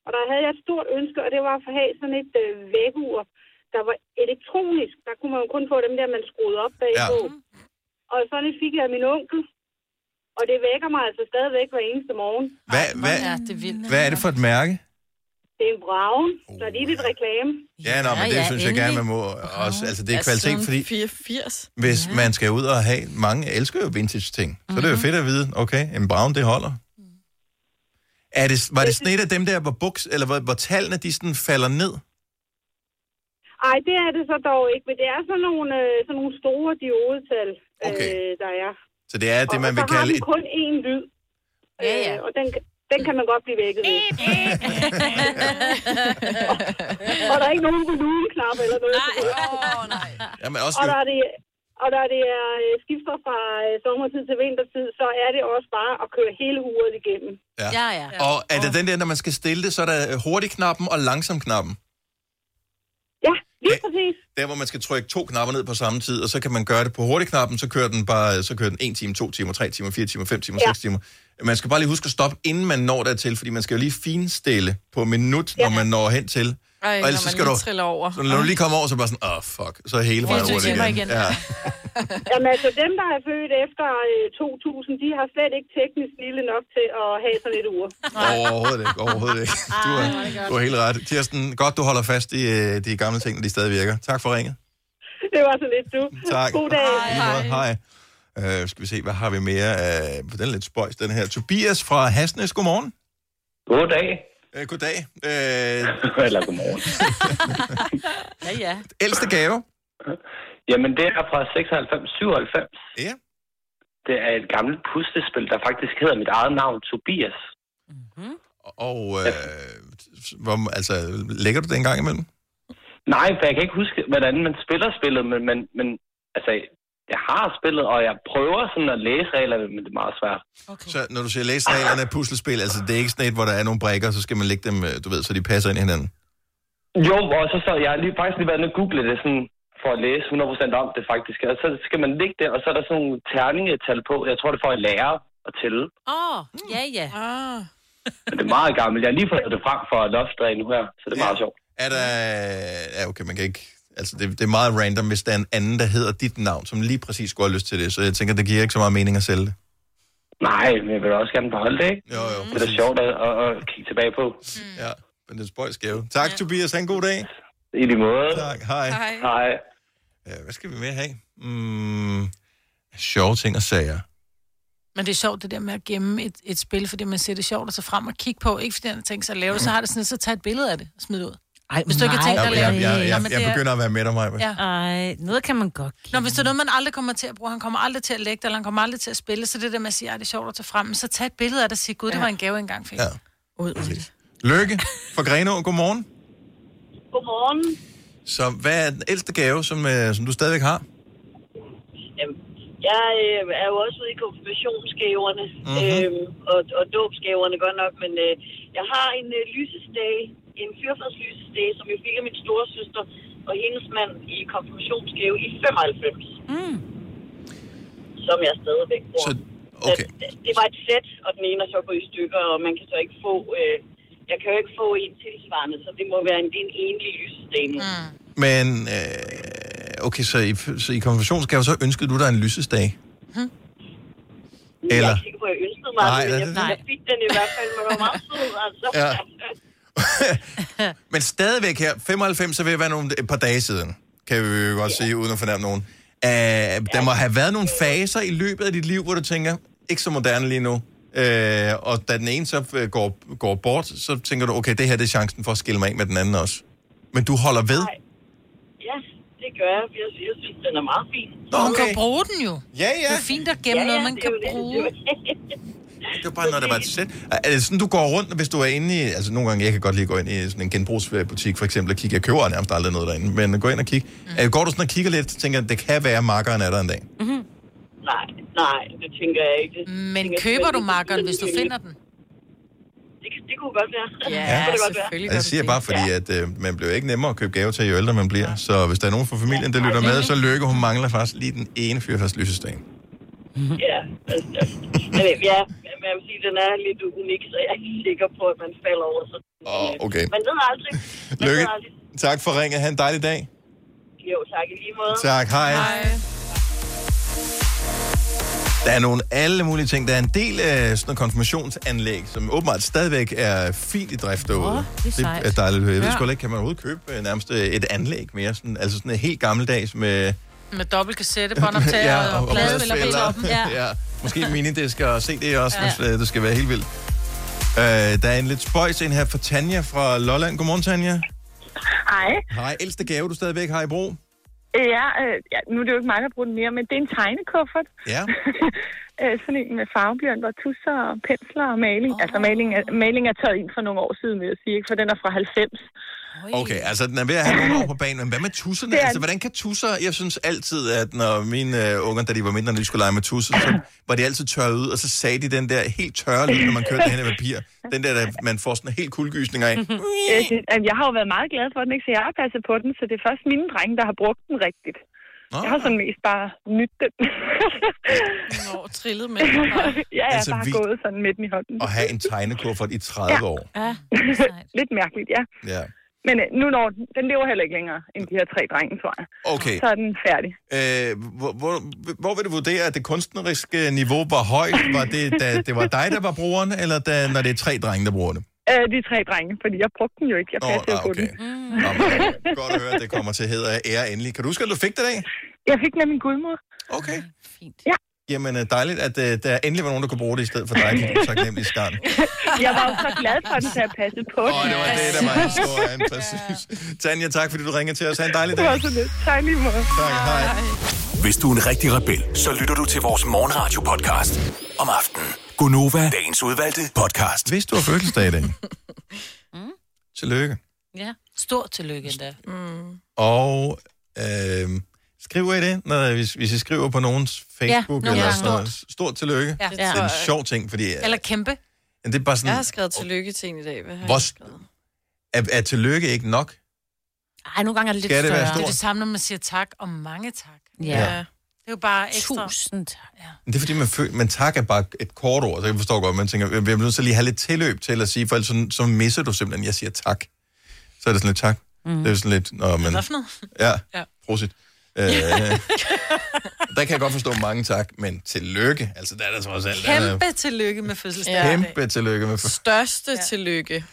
Og der havde jeg et stort ønske, og det var at have sådan et vækkeur, der var elektronisk. Der kunne man jo kun få dem der, man skruede op bagpå. Ja. Og sådan et fik jeg af min onkel. Og det vækker mig altså stadigvæk hver eneste morgen. Hvad er det for et mærke? Det er en Braun. Der er lige lidt reklame. Ja, men det synes jeg gerne, man må også. Altså, det er kvalitet, fordi 84. Hvis man skal ud og have... Mange elsker jo vintage-ting. Så det er jo fedt at vide, okay, en Braun, det holder. Var det sådan et af dem der, hvor tallene, de sådan falder ned? Ej, det er det så dog ikke, men det er sådan nogle store diodetal, der er. Så det er det, man vil kalde... Og så har den kun én lyd, og den kan man godt blive vækket ved. Og der er ikke nogen volumenknap eller noget. Nej. Jamen, også og der det er skifter fra sommertid til vintertid, så er det også bare at køre hele uret igennem. Ja. Og er det den der, når man skal stille det, så er der hurtigknappen og langsom-knappen? Ja, lige præcis. Der, hvor man skal trykke 2 knapper ned på samme tid, og så kan man gøre det på hurtigknappen, så kører den 1 time, 2 timer, 3 timer, 4 timer, 5 timer, 6 timer. Man skal bare lige huske at stoppe, inden man når dertil, fordi man skal jo lige finstille på minut, når man når hen til. Og ellers skal du triller over. Så når du lige kommer over, så bare sådan, fuck, så er hele vejen over det igen. Ja. Jamen altså, dem, der er født efter 2000, de har slet ikke teknisk lille nok til at have sådan et ur. Overhovedet ikke. Du har helt ret. Kirsten, godt du holder fast i de gamle ting, når de stadig virker. Tak for ringet. Det var så lidt, du. Tak. God dag. Hej. Skal vi se, hvad har vi mere? Den er lidt spøjs, den her. Tobias fra Hasnes, godmorgen. Goddag. Goddag. Eller godmorgen. Ja. Ældste gave? Jamen, det er fra 96-97. Ja. Det er et gammelt puslespil, der faktisk hedder mit eget navn, Tobias. Mm-hmm. Og lægger du det en gang imellem? Nej, for jeg kan ikke huske, hvordan man spiller spillet, men altså, jeg har spillet, og jeg prøver sådan at læse reglerne, men det er meget svært. Okay. Så når du siger læse reglerne af puslespil, altså det er ikke sådan et, hvor der er nogle brikker, så skal man lægge dem, du ved, så de passer ind i hinanden? Jo, og så jeg har faktisk lige været nede og google det sådan, for at læse 100% om det faktisk. Og så skal man ligge der, og så er der sådan nogle terningetal på. Jeg tror, det får at lære at tælle. Ja. Men det er meget gammelt. Jeg har lige fået det frem for loftsdræn nu her, så det er meget sjovt. Er der... Ja, okay, man kan ikke... Altså, det er meget random, hvis der er en anden, der hedder dit navn, som lige præcis skulle have lyst til det. Så jeg tænker, det giver ikke så meget mening at sælge det. Nej, men jeg vil også gerne beholde det, ikke? Jo. Det er da sjovt at kigge tilbage på. Ja, men det er spøjsgave. Tak, Tobias. Ha' en god dag. I lige måde. Tak. Hej. Hvad skal vi mere have? Sjove ting og sager. Men det er sjovt, det der med at gemme et spil, fordi man ser det sjovt at tage frem og kigge på. Ikke fordi man har tænkt sig at lave det, så har det sådan, så tage et billede af det og smide ud. Ej, hvis du ikke har tænkt dig at lave det. Jeg begynder at være med dig, Maja. Ja. Ej, noget kan man godt give. Nå, hvis det er noget, man aldrig kommer til at bruge, han kommer aldrig til at lægge det, eller han kommer aldrig til at spille, så det der med at sige, det er sjovt at tage frem, så tag et billede af det og sige, gud, det var en gave engang fik. Ja. Lykke fra Grenaa, godmorgen. Godmorgen. Så hvad er den ældste gave, som du stadigvæk har? Jeg er jo også ude i konfirmationsgaverne, og dåbsgaverne godt nok, men jeg har en lysestage, en fyrfadslysestage, som jeg fik af min storesøster og hendes mand i konfirmationsgave i 95. Som jeg stadigvæk bruger. Så, okay. Det var et sæt, og den ene er så gået i stykker, og man kan så ikke få... jeg kan jo ikke få en tilsvarende, så det må være en enlig lysestage. Men... Okay, så i konfirmationsgave, så ønskede du dig en lysestage? Eller? Jeg er ikke sikker på, at jeg ønskede mig, men jeg fik den i hvert fald, men det var meget sød, altså. Ja. Men stadigvæk her, 95, så vil det være et par dage siden, kan vi jo godt sige, uden at fornærme nogen. Der må have været nogle faser i løbet af dit liv, hvor du tænker, ikke så moderne lige nu. Og da den ene så går bort, så tænker du, okay, det her det er chancen for at skille mig af med den anden også. Men du holder ved? Ja, det gør jeg. Jeg synes, den er meget fin. Man kan bruge den jo. Ja. Det er fint at gemme noget, man kan bruge. Det er bare, når der var et sæt. Er det sådan, du går rundt, hvis du er inde i... Altså, nogle gange, jeg kan godt lige gå ind i sådan en genbrugsbutik, for eksempel, og kigge. Jeg køber nærmest aldrig noget derinde, men gå ind og kigge. Går du sådan og kigger lidt, tænker, det kan være, makkeren er der en dag? Nej, det tænker jeg ikke. Men køber du makkeren, hvis du finder den? Det kunne godt være. Ja, selvfølgelig. Jeg siger bare, fordi at, man bliver ikke nemmere at købe gave til, jo ældre man bliver. Så hvis der er nogen fra familien, der lytter med, så Lykke, hun mangler faktisk lige den ene fyrfadslysestage. men jeg vil sige, at den er lidt unik, så jeg er ikke sikker på, at man falder over sådan. Okay. Men ved aldrig. Lykke. Tak for ringet. Ha' en dejlig dag. Jo, tak i lige måde. Tak, hej. Der er nogle alle mulige ting. Der er en del af sådan nogle konfirmationsanlæg, som åbenbart stadigvæk er fint i drift derude. Det er dejligt at høre. Jeg ved sgu ikke, kan man overhovedet købe nærmest et anlæg mere? Sådan, altså sådan en helt gammeldags med... Med dobbelt kassettebåndoptager og pladespiller på toppen. Ja. Måske en minidisk og CD også, hvis det skal være helt vildt. Der er en lidt spøjs en her fra Tanja fra Lolland. Godmorgen, Tanja. Hej. Hej. Ældste gave, du stadigvæk har i brug? Ja, nu er det jo ikke mig, der bruger den mere, men det er en tegnekuffert. Ja. Sådan en med farveblyant og tusser og pensler og maling. Altså maling er taget ind for nogle år siden, vil jeg sige, for den er fra 90. Okay, altså den er ved at have nogle år på banen, men hvad med tusserne? Altså, hvordan kan tusser... Jeg synes altid, at når mine unger, da de var mindre, når de skulle lege med tusser, så var de altid tørret ud, og så sagde de den der helt tørre lyd, når man kørte hen i papir. Den der man får sådan en helt kuldegysning af. Jeg har jo været meget glad for den, ikke? Så jeg har passet på den, så det er først mine drenge, der har brugt den rigtigt. Jeg har sådan mest bare nydt den. Trillet med den. Ja, jeg har bare gået sådan midt i hånden. Og have en tegnekuffert i 30 år. Ja, lidt mærkeligt, ja. Ja. Men nu når den lever heller ikke længere end de her 3 drenge, tror jeg. Okay. Så er den færdig. Hvor vil du vurdere, at det kunstneriske niveau var højt? Var det, da det var dig, der var brugeren, eller når det er 3 drenge, der bruger det? De 3 drenge, fordi jeg brugte den jo ikke. Jeg passede på den. Godt at høre, at det kommer til heder af ære endelig. Kan du huske, at du fik det af? Jeg fik den af min gudmor. Okay. Fint. Ja. Jamen, dejligt, at der endelig var nogen, der kunne bruge det i stedet for dig, fordi du så glemt i skarn. Jeg var jo så glad for, at den til at passe på. Det var det, der var historien, præcis. Tanja, tak fordi du ringede til os. Ha' en dejlig dag. Det var så lidt. Tak lige måde. Tak, hej. Hvis du er en rigtig rebel, så lytter du til vores morgenradio-podcast om aftenen. Gonova, dagens udvalgte podcast. Hvis du har fødselsdag i dag. Tillykke. Ja, stort tillykke endda. Og skriver I det, hvis I skriver på nogens Facebook eller sådan noget? Stort tillykke. Ja. Det er en sjov ting, fordi... Eller kæmpe. Det er bare sådan, jeg har skrevet tillykke til en i dag. Er tillykke ikke nok? Ej, nogle gange er det lidt større. Det er det samme, når man siger tak og mange tak. Ja. Det er jo bare ekstra. 1000 tak. Ja. Det er fordi, man tak er bare et kort ord, så jeg forstår godt, man tænker, jeg bliver nødt til at lige have lidt tilløb til at sige, for ellers så misser du simpelthen, jeg siger tak. Så er det sådan lidt tak. Det er sådan lidt... Hvad for noget? Ja. Prosit. Der kan jeg godt forstå mange tak, men tillykke. Altså, der er der trods alt... Kæmpe tillykke med fødselsdag. Ja. Kæmpe tillykke med fødselsdag. Største tillykke.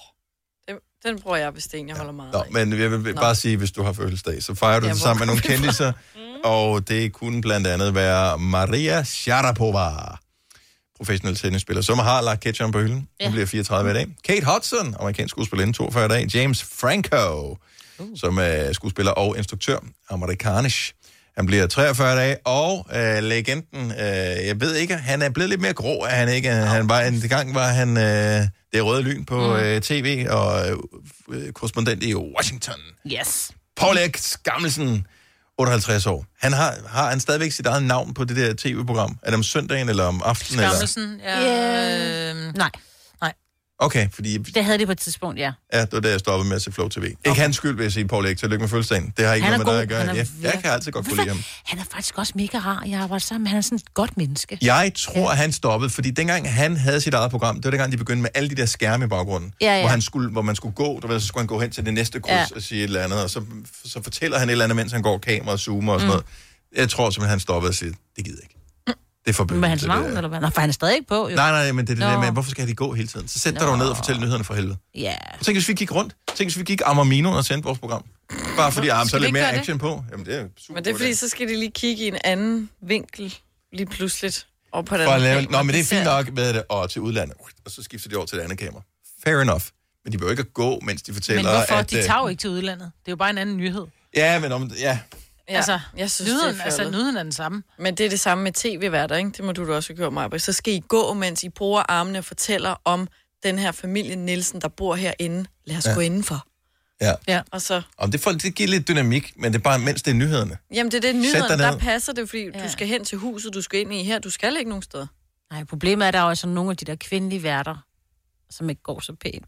Den bruger jeg bestemt, jeg holder meget af. Men jeg vil bare sige, hvis du har fødselsdag, så fejrer du det sammen med nogle kendisser, og det kunne blandt andet være Maria Sharapova, professionel tennisspiller, som har lagt ketchup på hylden. Hun bliver 34 i dag. Kate Hudson, amerikansk skuespiller, 42 i dag. James Franco, som er skuespiller og instruktør, amerikanisk. Han bliver 43 i dag, og legenden, jeg ved ikke, han er blevet lidt mere grå, er han ikke? Han var, en gang var han det røde lyn på tv, og korrespondent i Washington. Yes. Paul X. Gammelsen, 58 år. Har han stadigvæk sit eget navn på det der tv-program? Er det om søndagen eller om aftenen? Gammelsen, nej. Okay, fordi... Det havde de på et tidspunkt, ja. Ja, det var da jeg stoppede med at se Flow TV. Okay. Ikke hans skyld, vil jeg sige, Paul Erik. Tillykke med fødselsdagen. Det har ikke noget med dig at gøre. Jeg kan altid godt kunne lide ham. Han er faktisk også mega rar. Jeg har arbejdet sammen med. Han er sådan et godt menneske. Jeg tror, han stoppede, fordi dengang han havde sit eget program, det var dengang, de begyndte med alle de der skærme i baggrunden, hvor man skulle gå, så skulle han gå hen til det næste kryds og sige et eller andet, og så fortæller han et eller andet, mens han går kamera og zoomer og sådan noget. Jeg tror simpelthen, han stoppede og siger, det gider ikke. Det er forbudt. Med hans navn, eller hvad? Nå, for han er stadig ikke på, jo. Nej, men det er det der med, hvorfor skal de gå hele tiden? Så sæt dig dog ned og fortæl nyhederne for helvede. Ja. Tænk, hvis vi gik rundt. Tænk, hvis vi gik Ammermino og sendte vores program. Bare fordi, så er lidt mere action på. Jamen, det er super. Men det er fordi, så skal de lige kigge i en anden vinkel lige pludseligt. Og på den Nå, men det er fint nok med det, og til udlandet. Og så skifter de over til det andet kamera. Fair enough. Men de behøver ikke at gå, mens de fortæller, men hvorfor? De tager jo ikke til udlandet. Det er jo bare en anden nyhed. Ja, men altså, jeg synes, nyheden er den samme. Men det er det samme med tv-værter, ikke? Det må du da også gøre, Maja. Så skal I gå, mens I bruger armene og fortæller om den her familie Nielsen, der bor herinde. Lad os gå indenfor. Ja. Og så... Det giver lidt dynamik, men det er bare, mens det er nyhederne. Jamen, det er det nyhederne, der passer det, fordi du skal hen til huset, du skal ind i her, du skal ikke nogen steder. Nej, problemet er, at der er også nogle af de der kvindelige værter, som ikke går så pænt.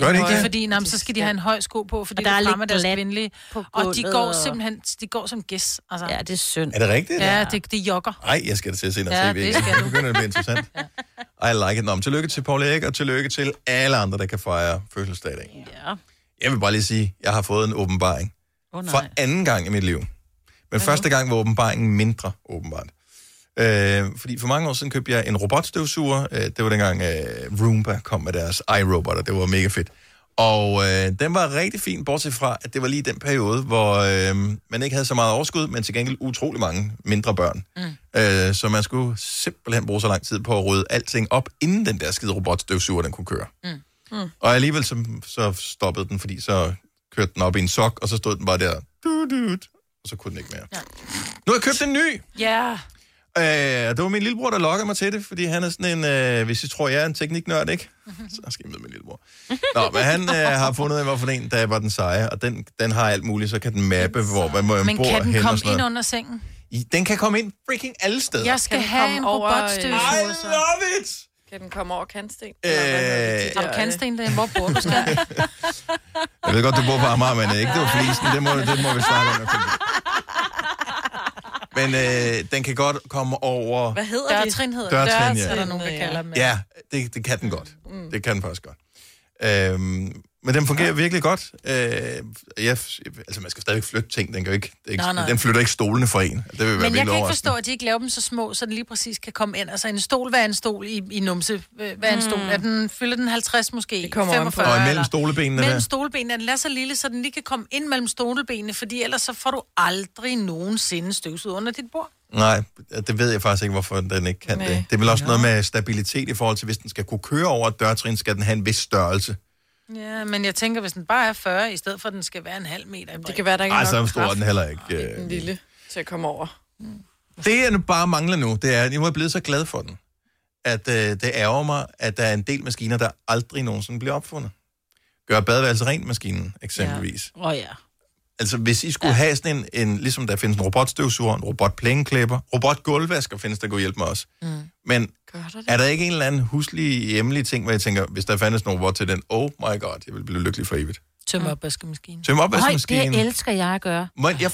Gør det ikke det? Fordi så skal de have en høj sko på, fordi der det er fremmer deres lidt kvindelige. Og de går simpelthen, som gæs. Altså. Ja, det er synd. Er det rigtigt? Ja, det jogger. Ej, jeg skal da til at se noget tv. Det begynder at blive interessant. I like it. Nå, tillykke til Paul Erik, og tillykke til alle andre, der kan fejre fødselsdag i dag. Ja. Jeg vil bare lige sige, jeg har fået en åbenbaring. For anden gang i mit liv. Men første gang var åbenbaringen mindre, åbenbart. Fordi for mange år siden købte jeg en robotstøvsuger. Det var dengang Roomba kom med deres iRobot, og det var mega fedt. Og den var rigtig fin, bortset fra, at det var lige den periode, hvor man ikke havde så meget overskud, men til gengæld utrolig mange mindre børn. Så man skulle simpelthen bruge så lang tid på at rydde alting op, inden den der skide robotstøvsuger, den kunne køre. Og alligevel så stoppede den, fordi så kørte den op i en sok, og så stod den bare der, og så kunne den ikke mere. Ja. Nu har jeg købt en ny! Ja. Det var min lillebror, der lokkede mig til det, fordi han er sådan en, hvis I tror, jeg er en tekniknørd, ikke? Så skal jeg med min lillebror. Nå, men han har fundet ud af, hvorfor en, der var den seje, og den har alt muligt, så kan den mappe, hvor man bor hen. Men kan den komme ind under sengen? Den kan komme ind freaking alle steder. Jeg skal have en robotstøvsuger. I love it! Kan den komme over kantsten? Har du kantsten derinde? Hvor bor du, skal? Jeg ved godt, du bor på Amager, men ikke det var flisen. Det må vi snakke om. Men den kan godt komme over... Hvad hedder det? Dørtrin hedder det. Dørtrin, ja. Er der nogen, der kalder dem. Ja, det kan den godt. Det kan den faktisk godt. Men den fungerer virkelig godt. Altså, man skal stadigvæk flytte ting. Den, den flytter ikke stolene for en. Det vil være men jeg kan ikke forstå, at de ikke laver dem så små, så den lige præcis kan komme ind. Altså en stol, hvad er en stol i numse? Hvad er en stol? Fylder den 50 måske? Det kommer 45? Og imellem stolebenene mellem stolebenene. Den lader så lille, så den lige kan komme ind mellem stolebenene, fordi ellers så får du aldrig nogensinde støvsud under dit bord. Nej, det ved jeg faktisk ikke, hvorfor den ikke kan det. Det er vel også noget med stabilitet i forhold til, hvis den skal kunne køre over et dørtrin, skal den have en vis størrelse. Ja, men jeg tænker, hvis den bare er 40, i stedet for, at den skal være en halv meter. Det kan være, der ikke er nok så stor den heller ikke. En lille til at komme over. Det, jeg nu bare mangler nu, det er, at jeg er blevet så glad for den, at det ærger mig, at der er en del maskiner, der aldrig nogensinde bliver opfundet. Gør badeværelse rent maskinen, eksempelvis. Ja. Altså, hvis I skulle have sådan en, ligesom der findes en robotstøvsuger, en robotplæneklipper, robotgulvvasker findes, der kunne hjælpe mig også. Men er der ikke en eller anden huslig, hjemlig ting, hvor jeg tænker, hvis der fandtes nogen robot til den, oh my god, jeg vil blive lykkelig for evigt. Tømmeopvaskemaskinen. Tømmeopvaskemaskinen. Det elsker jeg at gøre.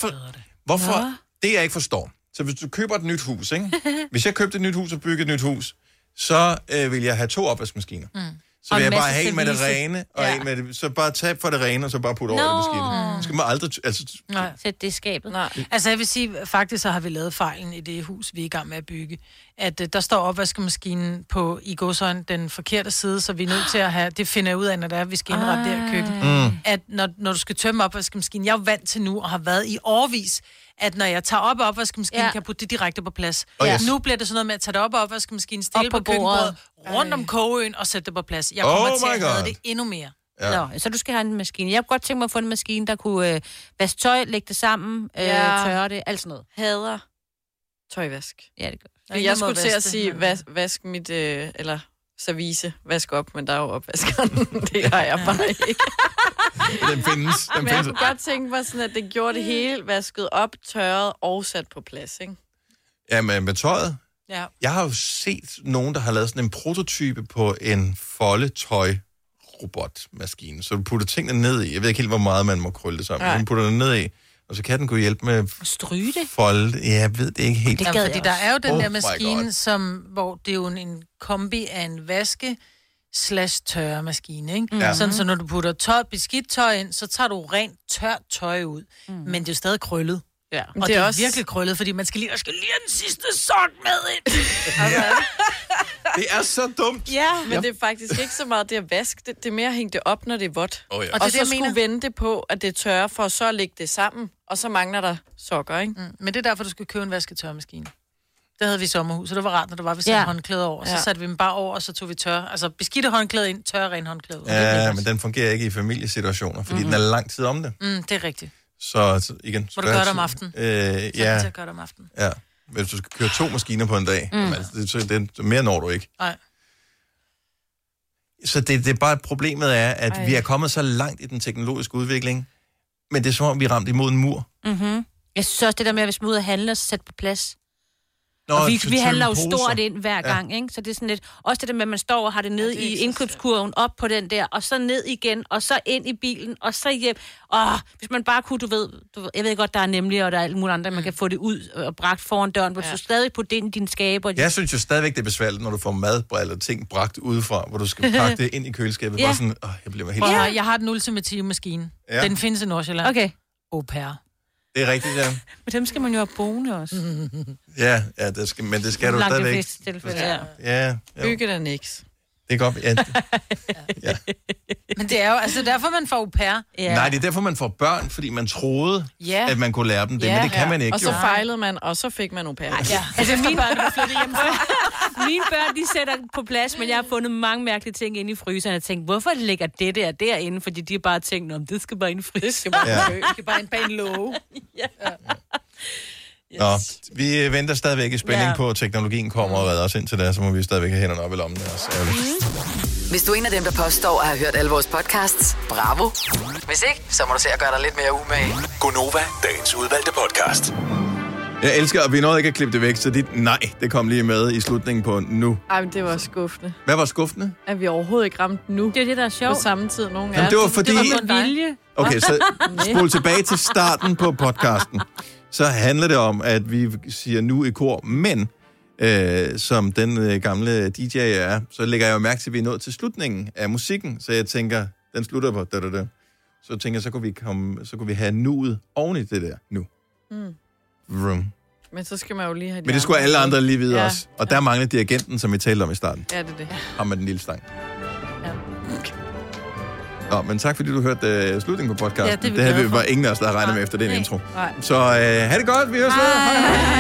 Hvorfor? Ja. Det jeg ikke forstår. Så hvis du køber et nyt hus, ikke? Hvis jeg købte et nyt hus og byggede et nyt hus, så vil jeg have 2 opvaskemaskiner. Så vil jeg bare have en med det rene, og en med det, så bare tab for det rene, og så bare putte over det maskinen. Skal man aldrig... Nej, sæt det i skabet. Nej. Altså jeg vil sige, faktisk så har vi lavet fejlen i det hus, vi er i gang med at bygge. At der står opvaskemaskinen på i godsøjne den forkerte side, så vi er nødt til at have... Det finder jeg ud af, når vi skal indrette det her køkken. At når du skal tømme opvaskemaskinen, jeg er jo vant til nu, og har været i årevis, at når jeg tager op af opvaskemaskinen, kan jeg putte det direkte på plads. Nu bliver det sådan noget med at tage det op af opvaskemaskinen, stille på køkkenbordet, rundt om kogeøen og sætte det på plads. Jeg kommer til at have det endnu mere. Ja. Nå, så du skal have en maskine. Jeg kunne godt tænke mig at få en maskine, der kunne vaske tøj, lægge det sammen, tørre det, alt sådan noget. Hader tøjvask. Ja, det gør. Jeg skulle til at sige, vask mit, eller service, vask op, men der er jo opvaskeren. Det har jeg bare ikke. Den findes. Men jeg kunne godt tænke mig sådan, at det gjorde det hele, vasket op, tørret og sat på plads, ikke? Ja, men med tøjet. Ja. Jeg har jo set nogen, der har lavet sådan en prototype på en foldetøj-robotmaskine. Så du putter tingene ned i. Jeg ved ikke helt, hvor meget man må krølle det sammen. Men du putter det ned i, og så kan den kunne hjælpe med... Stryge det? Folde. Ja, jeg ved det ikke helt. Det fordi der er jo den der maskine, hvor det er jo en kombi af en vaske/tørremaskine, ikke? Ja. Sådan, så når du putter beskidt tøj ind, så tager du rent tørt tøj ud. Men det er jo stadig krøllet. Ja. Og det er også virkelig krøllet, fordi man skal lige have den sidste sok med ind. Det er så dumt. Ja, men det er faktisk ikke så meget det at vaske. Det er mere at hænge det op, når det er vådt. Ja. Og det så skulle vente på, at det tørrer, for så at lægge det sammen. Og så mangler der sokker, ikke? Men det er derfor, du skal købe en vasketørmaskine. Det havde vi i sommerhus, så det var rart, når der var vi satte håndklæder over. Så satte vi dem bare over, og så tog vi beskidte håndklæder ind, tørre ren håndklæder. Ja, men den fungerer ikke i familiesituationer, fordi den er lang tid om det. Det er rigtigt. Så igen... Må du gøre det om aftenen. Så til at gøre det om aftenen. Ja, hvis du skal køre 2 maskiner på en dag, det mere når du ikke. Nej. Så det er bare problemet er, at vi er kommet så langt i den teknologiske udvikling, men det er som om, vi er ramt imod en mur. Jeg synes også, det der med, at hvis man er ude at handle og sætte på plads. Og vi handler jo stort ind hver gang, ikke? Så det er sådan lidt... Også det der med, at man står og har det nede i indkøbskurven, op på den der, og så ned igen, og så ind i bilen, og så hjem. Hvis man bare kunne, du ved... Jeg ved godt, der er nemlig, og der er alle mulige andre, man kan få det ud og bragt foran døren, hvor du stadig putte det ind i dine skaber. Jeg synes jo stadigvæk, det er besværligt, når du får mad eller ting bragt udefra, hvor du skal pakke det ind i køleskabet. Bare sådan, jeg bliver helt... Jeg har den ultimative maskine. Ja. Den findes i Nordsjælland. Okay. Au pair. Det er rigtigt, ja. Men dem skal man jo have boende også. Ja, det skal, men det skal du stadigvæk. Ja. Bygge der niks. Det er godt, ja. Men det er jo altså derfor, man får au pair. Ja. Nej, det er derfor, man får børn, fordi man troede, at man kunne lære dem det, men det kan man ikke. Og så fejlede man, og så fik man au pair. Ja. Altså mine børn, der flyttede hjem. Mine børn, de sætter på plads, men jeg har fundet mange mærkelige ting inde i fryseren. Jeg tænkte, hvorfor ligger det derinde? Fordi de bare tænkte, det skal bare ind i fryseren. Det skal bare ind bag en låge. Ja. Yes. Nå, vi venter stadigvæk i spænding på, at teknologien kommer og redder os ind til det, så må vi stadigvæk have hænderne op i lommen. Hvis du er en af dem, der påstår at have hørt alle vores podcasts, bravo. Hvis ikke, så må du se at gøre dig lidt mere umage. Gonova, dagens udvalgte podcast. Jeg elsker, at vi nåede ikke at klippe det væk, så det kom lige med i slutningen på nu. Ej, men det var skuffende. Hvad var skuffende? At vi overhovedet ikke ramte nu. Det er det, der er sjovt. På samme tid, nogle gange. Det var fordi... Det var på vilje. Okay, så spol tilbage til starten på podcasten. Så handler det om, at vi siger nu i kor, men som den gamle DJ er, så lægger jeg jo mærke til, at vi er nået til slutningen af musikken, så jeg tænker, den slutter på da. Så tænker jeg, så kunne vi have nuet oven i det der nu. Vroom. Men så skal man jo lige have... Men det skulle alle andre lige vide også. Og der mangler dirigenten, som vi talte om i starten. Ja, det er det. Ham med den lille stang. Nå, men tak fordi du hørte slutningen på podcasten. Ja, det havde vi bare ingen af os, der havde regnet med efter den intro. Nej. Så ha' det godt, vi høres ved. Hej.